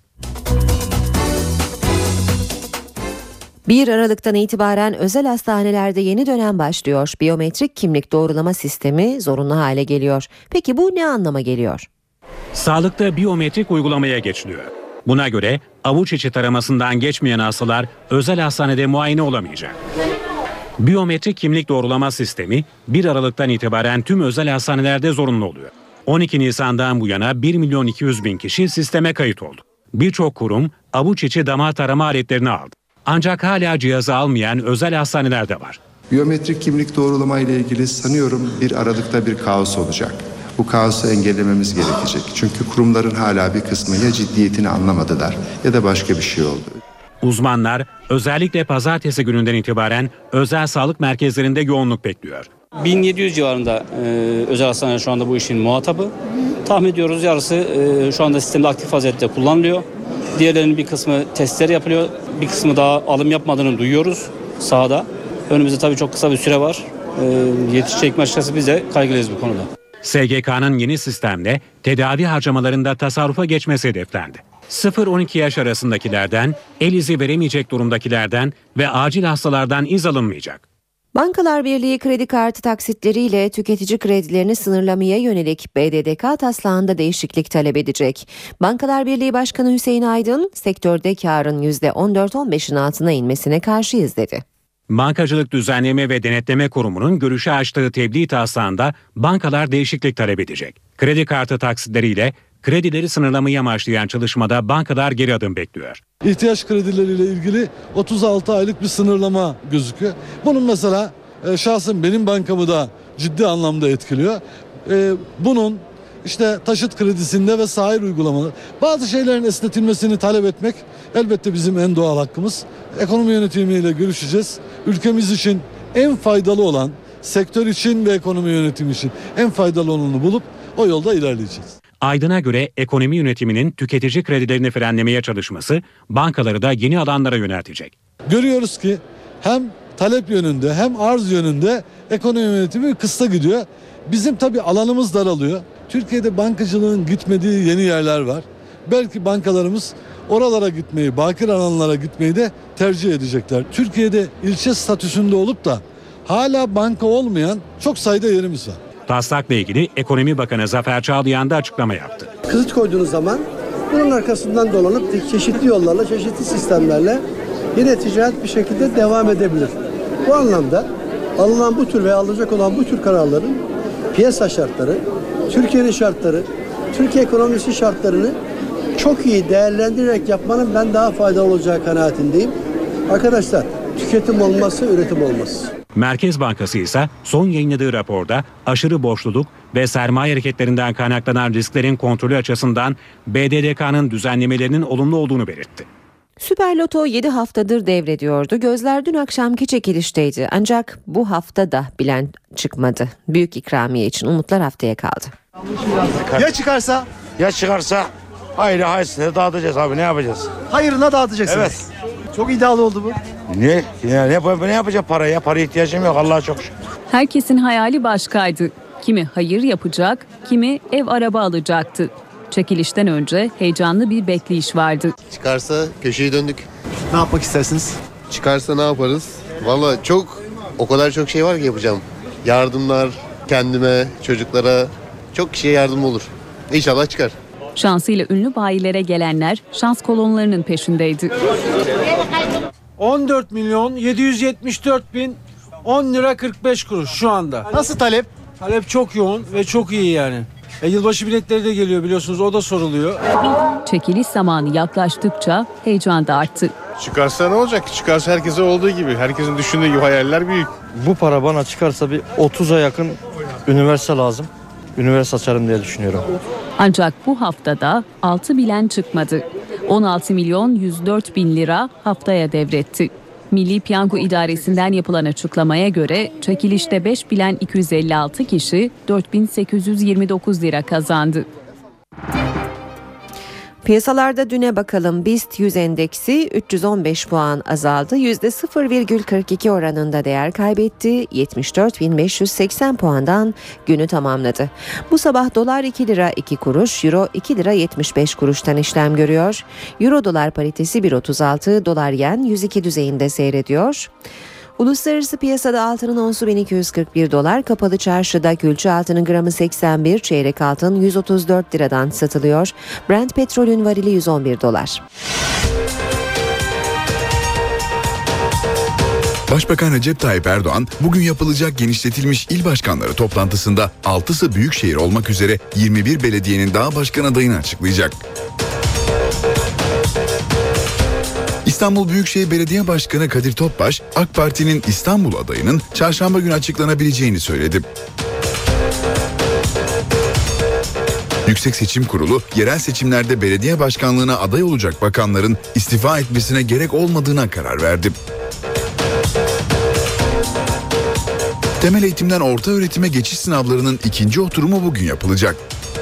bir Aralık'tan itibaren özel hastanelerde yeni dönem başlıyor. Biyometrik kimlik doğrulama sistemi zorunlu hale geliyor. Peki bu ne anlama geliyor? Sağlıkta biyometrik uygulamaya geçiliyor. Buna göre avuç içi taramasından geçmeyen hastalar özel hastanede muayene olamayacak. Biyometrik kimlik doğrulama sistemi bir Aralık'tan itibaren tüm özel hastanelerde zorunlu oluyor. on iki Nisan'dan bu yana bir milyon iki yüz bin kişi sisteme kayıt oldu. Birçok kurum avuç içi damar tarama aletlerini aldı. Ancak hala cihazı almayan özel hastaneler de var. Biyometrik kimlik doğrulama ile ilgili sanıyorum bir Aralık'ta bir kaos olacak. Bu kaosu engellememiz gerekecek. Çünkü kurumların hala bir kısmı ya ciddiyetini anlamadılar ya da başka bir şey oldu. Uzmanlar özellikle pazartesi gününden itibaren özel sağlık merkezlerinde yoğunluk bekliyor. bin yedi yüz civarında e, özel hastaneler şu anda bu işin muhatabı. Tahmin ediyoruz yarısı e, şu anda sistemde aktif vaziyette kullanılıyor. Diğerlerinin bir kısmı testler yapılıyor. Bir kısmı daha alım yapmadığını duyuyoruz sahada. Önümüzde tabii çok kısa bir süre var. E, yetişecek mi açıkçası biz de kaygılıyız bu konuda. S G K'nın yeni sistemle tedavi harcamalarında tasarrufa geçmesi hedeflendi. sıfır on iki yaş arasındakilerden, el izi veremeyecek durumdakilerden ve acil hastalardan iz alınmayacak. Bankalar Birliği kredi kartı taksitleriyle tüketici kredilerini sınırlamaya yönelik B D D K taslağında değişiklik talep edecek. Bankalar Birliği Başkanı Hüseyin Aydın, sektörde karın yüzde on dört on beşin altına inmesine karşıyız dedi. Bankacılık Düzenleme ve Denetleme Kurumu'nun görüşe açtığı tebliğ taslağında bankalar değişiklik talep edecek. Kredi kartı taksitleriyle kredileri sınırlamayı amaçlayan çalışmada bankalar geri adım bekliyor. İhtiyaç kredileriyle ilgili otuz altı aylık bir sınırlama gözüküyor. Bunun mesela e, şahsen benim bankamı da ciddi anlamda etkiliyor. E, bunun işte taşıt kredisinde ve sair uygulamalar, bazı şeylerin esnetilmesini talep etmek elbette bizim en doğal hakkımız. Ekonomi yönetimiyle görüşeceğiz. Ülkemiz için en faydalı olan, sektör için ve ekonomi yönetimi için en faydalı olanı bulup o yolda ilerleyeceğiz. Aydın'a göre ekonomi yönetiminin tüketici kredilerini frenlemeye çalışması bankaları da yeni alanlara yöneltecek. Görüyoruz ki hem talep yönünde hem arz yönünde ekonomi yönetimi kısa gidiyor. Bizim tabii alanımız daralıyor. Türkiye'de bankacılığın gitmediği yeni yerler var. Belki bankalarımız oralara gitmeyi, bakir alanlara gitmeyi de tercih edecekler. Türkiye'de ilçe statüsünde olup da hala banka olmayan çok sayıda yerimiz var. Taslakla ilgili Ekonomi Bakanı Zafer Çağlayan da açıklama yaptı. Kılıç koyduğunuz zaman bunun arkasından dolanıp çeşitli yollarla, çeşitli sistemlerle yine ticaret bir şekilde devam edebilir. Bu anlamda alınan bu tür ve alınacak olan bu tür kararların piyasa şartları, Türkiye'nin şartları, Türkiye ekonomisi şartlarını çok iyi değerlendirerek yapmanın ben daha faydalı olacağı kanaatindeyim. Arkadaşlar, tüketim olmazsa üretim olmaz. Merkez Bankası ise son yayınladığı raporda aşırı borçluluk ve sermaye hareketlerinden kaynaklanan risklerin kontrolü açısından B D D K'nın düzenlemelerinin olumlu olduğunu belirtti. Süper Loto yedi haftadır devrediyordu. Gözler dün akşamki çekilişteydi. Ancak bu hafta da bilen çıkmadı. Büyük ikramiye için umutlar haftaya kaldı. Ya çıkarsa? Ya çıkarsa hayır hayır dağıtacağız abi, ne yapacağız? Hayırına dağıtacaksınız. Evet. Çok iddialı oldu bu. Ne? Ya ne, ne yapacağım paraya? Paraya ihtiyacım yok, Allah'a çok şükür. Herkesin hayali başkaydı. Kimi hayır yapacak, kimi ev araba alacaktı. Çekilişten önce heyecanlı bir bekleyiş vardı. Çıkarsa köşeyi döndük. Ne yapmak istersiniz? Çıkarsa ne yaparız? Valla çok, o kadar çok şey var ki yapacağım. Yardımlar kendime, çocuklara, çok kişiye yardım olur. İnşallah çıkar. Şansıyla ünlü bayilere gelenler şans kolonlarının peşindeydi. on dört milyon yedi yüz yetmiş dört bin on lira kırk beş kuruş şu anda. Nasıl talep? Talep çok yoğun ve çok iyi yani. E, yılbaşı biletleri de geliyor biliyorsunuz, o da soruluyor. Çekiliş zamanı yaklaştıkça heyecan da arttı. Çıkarsa ne olacak? Çıkarsa herkese olduğu gibi. Herkesin düşündüğü gibi hayaller büyük. Bu para bana çıkarsa bir otuza yakın üniversite lazım. Üniversite açarım diye düşünüyorum. Ancak bu haftada altı bilen çıkmadı. on altı milyon yüz dört bin lira haftaya devretti. Milli Piyango İdaresi'nden yapılan açıklamaya göre çekilişte beş bilen iki yüz elli altı kişi dört bin sekiz yüz yirmi dokuz lira kazandı. Piyasalarda düne bakalım. BIST yüz endeksi üç yüz on beş puan azaldı. yüzde sıfır virgül kırk iki oranında değer kaybetti. yetmiş dört bin beş yüz seksen puandan günü tamamladı. Bu sabah dolar iki lira iki kuruş, euro iki lira yetmiş beş kuruştan işlem görüyor. Euro dolar paritesi bir virgül otuz altı, dolar yen yüz iki düzeyinde seyrediyor. Uluslararası piyasada altının onsu bin iki yüz kırk bir dolar, kapalı çarşıda külçe altının gramı seksen bir, çeyrek altın yüz otuz dört liradan satılıyor. Brent petrolün varili yüz on bir dolar. Başbakan Recep Tayyip Erdoğan bugün yapılacak genişletilmiş il başkanları toplantısında altısı büyükşehir olmak üzere yirmi bir belediyenin daha başkan adayını açıklayacak. İstanbul Büyükşehir Belediye Başkanı Kadir Topbaş, AK Parti'nin İstanbul adayının çarşamba günü açıklanabileceğini söyledi. Yüksek Seçim Kurulu, yerel seçimlerde belediye başkanlığına aday olacak bakanların istifa etmesine gerek olmadığına karar verdi. Temel eğitimden orta öğretime geçiş sınavlarının ikinci oturumu bugün yapılacak.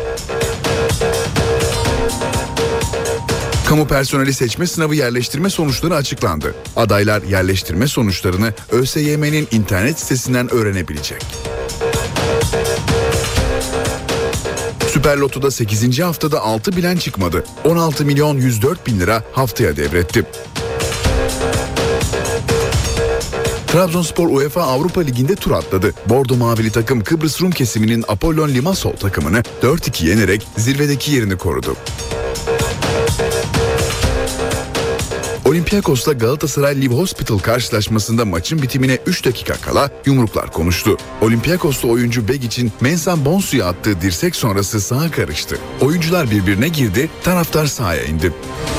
Kamu personeli seçme sınavı yerleştirme sonuçları açıklandı. Adaylar yerleştirme sonuçlarını ÖSYM'nin internet sitesinden öğrenebilecek. Süper Loto'da sekizinci haftada altı bilen çıkmadı. on altı milyon yüz dört bin lira haftaya devretti. Trabzonspor UEFA Avrupa Ligi'nde tur atladı. Bordo Mavili takım Kıbrıs Rum kesiminin Apollon Limassol takımını dört iki yenerek zirvedeki yerini korudu. Olympiakos'la Galatasaray Live Hospital karşılaşmasında maçın bitimine üç dakika kala yumruklar konuştu. Olympiakos'ta oyuncu Begic'in Mensah Bonsu'ya attığı dirsek sonrası sağa karıştı. Oyuncular birbirine girdi, taraftar sahaya indi.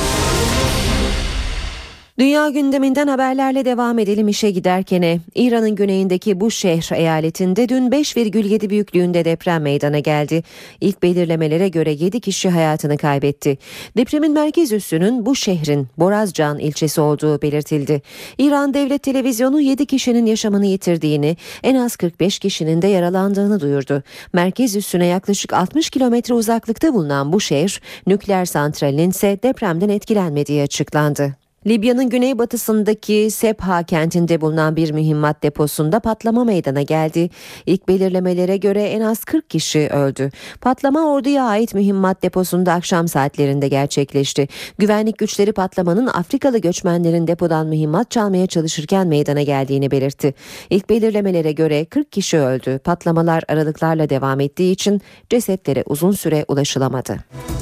Dünya gündeminden haberlerle devam edelim işe giderkene. İran'ın güneyindeki Buşehr eyaletinde dün beş virgül yedi büyüklüğünde deprem meydana geldi. İlk belirlemelere göre yedi kişi hayatını kaybetti. Depremin merkez üssünün bu şehrin Borazcan ilçesi olduğu belirtildi. İran Devlet Televizyonu yedi kişinin yaşamını yitirdiğini, en az kırk beş kişinin de yaralandığını duyurdu. Merkez üssüne yaklaşık altmış kilometre uzaklıkta bulunan bu şehir, nükleer santralinin ise depremden etkilenmediği açıklandı. Libya'nın güneybatısındaki Sebha kentinde bulunan bir mühimmat deposunda patlama meydana geldi. İlk belirlemelere göre en az kırk kişi öldü. Patlama orduya ait mühimmat deposunda akşam saatlerinde gerçekleşti. Güvenlik güçleri patlamanın Afrikalı göçmenlerin depodan mühimmat çalmaya çalışırken meydana geldiğini belirtti. İlk belirlemelere göre kırk kişi öldü. Patlamalar aralıklarla devam ettiği için cesetlere uzun süre ulaşılamadı.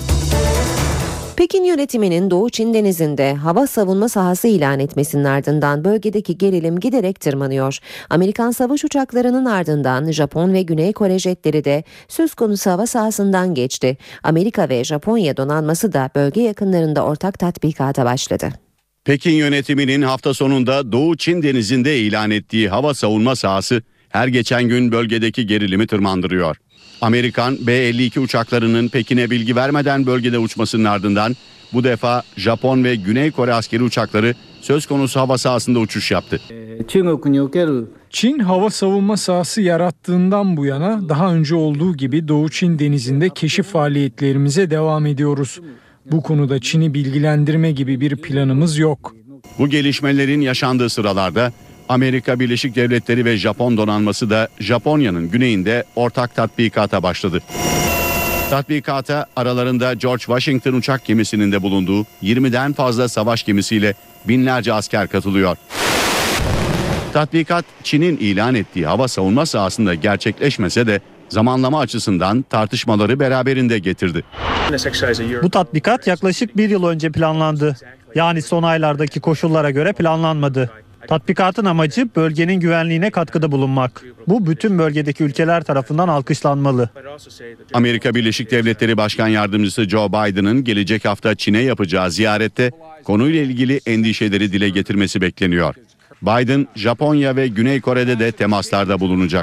Pekin yönetiminin Doğu Çin Denizi'nde hava savunma sahası ilan etmesinin ardından bölgedeki gerilim giderek tırmanıyor. Amerikan savaş uçaklarının ardından Japon ve Güney Kore jetleri de söz konusu hava sahasından geçti. Amerika ve Japonya donanması da bölge yakınlarında ortak tatbikata başladı. Pekin yönetiminin hafta sonunda Doğu Çin Denizi'nde ilan ettiği hava savunma sahası her geçen gün bölgedeki gerilimi tırmandırıyor. Amerikan B elli iki uçaklarının Pekin'e bilgi vermeden bölgede uçmasının ardından bu defa Japon ve Güney Kore askeri uçakları söz konusu hava sahasında uçuş yaptı. Çin hava savunma sahası yarattığından bu yana daha önce olduğu gibi Doğu Çin Denizi'nde keşif faaliyetlerimize devam ediyoruz. Bu konuda Çin'i bilgilendirme gibi bir planımız yok. Bu gelişmelerin yaşandığı sıralarda Amerika Birleşik Devletleri ve Japon donanması da Japonya'nın güneyinde ortak tatbikata başladı. Tatbikata aralarında George Washington uçak gemisinin de bulunduğu yirmiden fazla savaş gemisiyle binlerce asker katılıyor. Tatbikat Çin'in ilan ettiği hava savunma sahasında gerçekleşmese de zamanlama açısından tartışmaları beraberinde getirdi. Bu tatbikat yaklaşık bir yıl önce planlandı. Yani son aylardaki koşullara göre planlanmadı. Tatbikatın amacı bölgenin güvenliğine katkıda bulunmak. Bu bütün bölgedeki ülkeler tarafından alkışlanmalı. Amerika Birleşik Devletleri Başkan Yardımcısı Joe Biden'ın gelecek hafta Çin'e yapacağı ziyarette konuyla ilgili endişeleri dile getirmesi bekleniyor. Biden, Japonya ve Güney Kore'de de temaslarda bulunacak.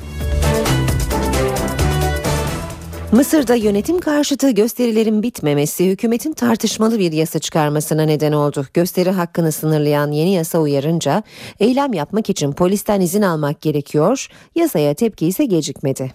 Mısır'da yönetim karşıtı gösterilerin bitmemesi hükümetin tartışmalı bir yasa çıkarmasına neden oldu. Gösteri hakkını sınırlayan yeni yasa uyarınca eylem yapmak için polisten izin almak gerekiyor. Yasaya tepki ise gecikmedi.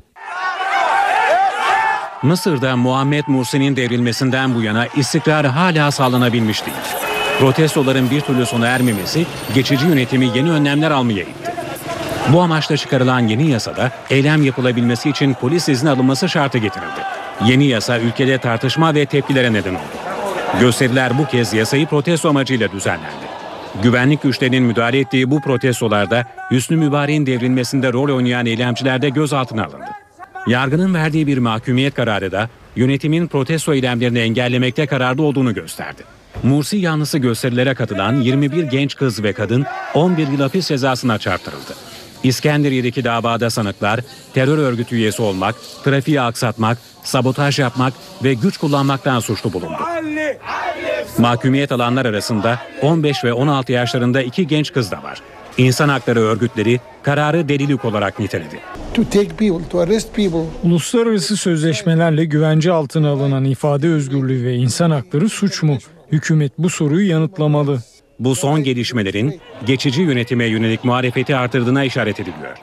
Mısır'da Muhammed Mursi'nin devrilmesinden bu yana istikrar hala sağlanabilmiş değil. Protestoların bir türlü sona ermemesi geçici yönetimi yeni önlemler almaya itti. Bu amaçla çıkarılan yeni yasada eylem yapılabilmesi için polis izni alınması şartı getirildi. Yeni yasa ülkede tartışma ve tepkilere neden oldu. Gösteriler bu kez yasayı protesto amacıyla düzenlendi. Güvenlik güçlerinin müdahale ettiği bu protestolarda Hüsnü Mübarek'in devrilmesinde rol oynayan eylemciler de gözaltına alındı. Yargının verdiği bir mahkumiyet kararı da yönetimin protesto eylemlerini engellemekte kararlı olduğunu gösterdi. Mursi yanlısı gösterilere katılan yirmi bir genç kız ve kadın on bir yıl hapis cezasına çarptırıldı. İskenderiye'deki davada sanıklar terör örgütü üyesi olmak, trafiği aksatmak, sabotaj yapmak ve güç kullanmaktan suçlu bulundu. Mahkumiyet alanlar arasında on beş ve on altı yaşlarında iki genç kız da var. İnsan hakları örgütleri kararı delilik olarak niteledi. Uluslararası sözleşmelerle güvence altına alınan ifade özgürlüğü ve insan hakları suç mu? Hükümet bu soruyu yanıtlamalı. Bu son gelişmelerin geçici yönetime yönelik muhalefeti artırdığına işaret ediliyor.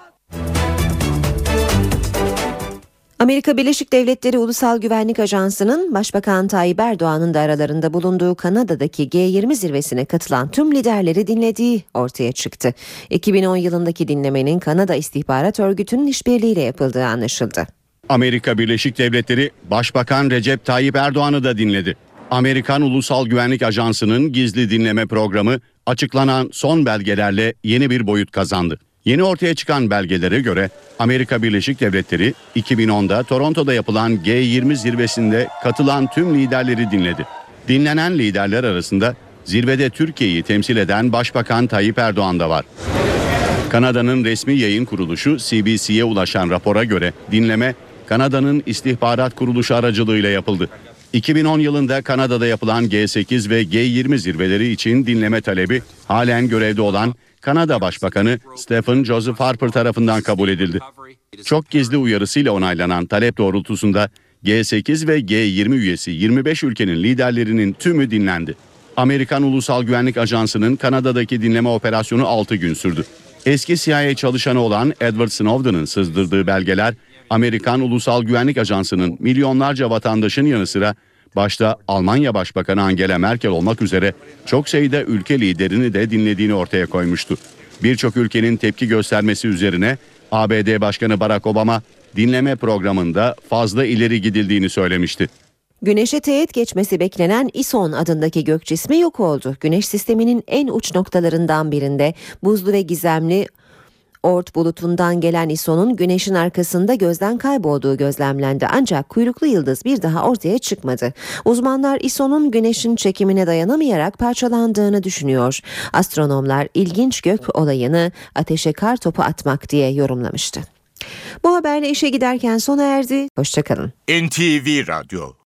Amerika Birleşik Devletleri Ulusal Güvenlik Ajansı'nın Başbakan Tayyip Erdoğan'ın da aralarında bulunduğu Kanada'daki G yirmi zirvesine katılan tüm liderleri dinlediği ortaya çıktı. iki bin on yılındaki dinlemenin Kanada İstihbarat Örgütü'nün işbirliğiyle yapıldığı anlaşıldı. Amerika Birleşik Devletleri Başbakan Recep Tayyip Erdoğan'ı da dinledi. Amerikan Ulusal Güvenlik Ajansı'nın gizli dinleme programı açıklanan son belgelerle yeni bir boyut kazandı. Yeni ortaya çıkan belgelere göre Amerika Birleşik Devletleri iki bin onda Toronto'da yapılan G yirmi zirvesinde katılan tüm liderleri dinledi. Dinlenen liderler arasında zirvede Türkiye'yi temsil eden Başbakan Tayyip Erdoğan da var. Kanada'nın resmi yayın kuruluşu C B C'ye ulaşan rapora göre dinleme Kanada'nın istihbarat kuruluşu aracılığıyla yapıldı. iki bin on yılında Kanada'da yapılan G sekiz ve G yirmi zirveleri için dinleme talebi halen görevde olan Kanada Başbakanı Stephen Joseph Harper tarafından kabul edildi. Çok gizli uyarısıyla onaylanan talep doğrultusunda G sekiz ve G yirmi üyesi yirmi beş ülkenin liderlerinin tümü dinlendi. Amerikan Ulusal Güvenlik Ajansı'nın Kanada'daki dinleme operasyonu altı gün sürdü. Eski C I A çalışanı olan Edward Snowden'ın sızdırdığı belgeler, Amerikan Ulusal Güvenlik Ajansı'nın milyonlarca vatandaşın yanı sıra başta Almanya Başbakanı Angela Merkel olmak üzere çok sayıda ülke liderini de dinlediğini ortaya koymuştu. Birçok ülkenin tepki göstermesi üzerine A B D Başkanı Barack Obama dinleme programında fazla ileri gidildiğini söylemişti. Güneşe teğet geçmesi beklenen İSON adındaki gök cismi yok oldu. Güneş sisteminin en uç noktalarından birinde buzlu ve gizemli Oort bulutundan gelen İSON'un Güneş'in arkasında gözden kaybolduğu gözlemlendi. Ancak kuyruklu yıldız bir daha ortaya çıkmadı. Uzmanlar İSON'un Güneş'in çekimine dayanamayarak parçalandığını düşünüyor. Astronomlar ilginç gök olayını ateşe kar topu atmak diye yorumlamıştı. Bu haberle işe giderken sona erdi. Hoşçakalın. N T V Radyo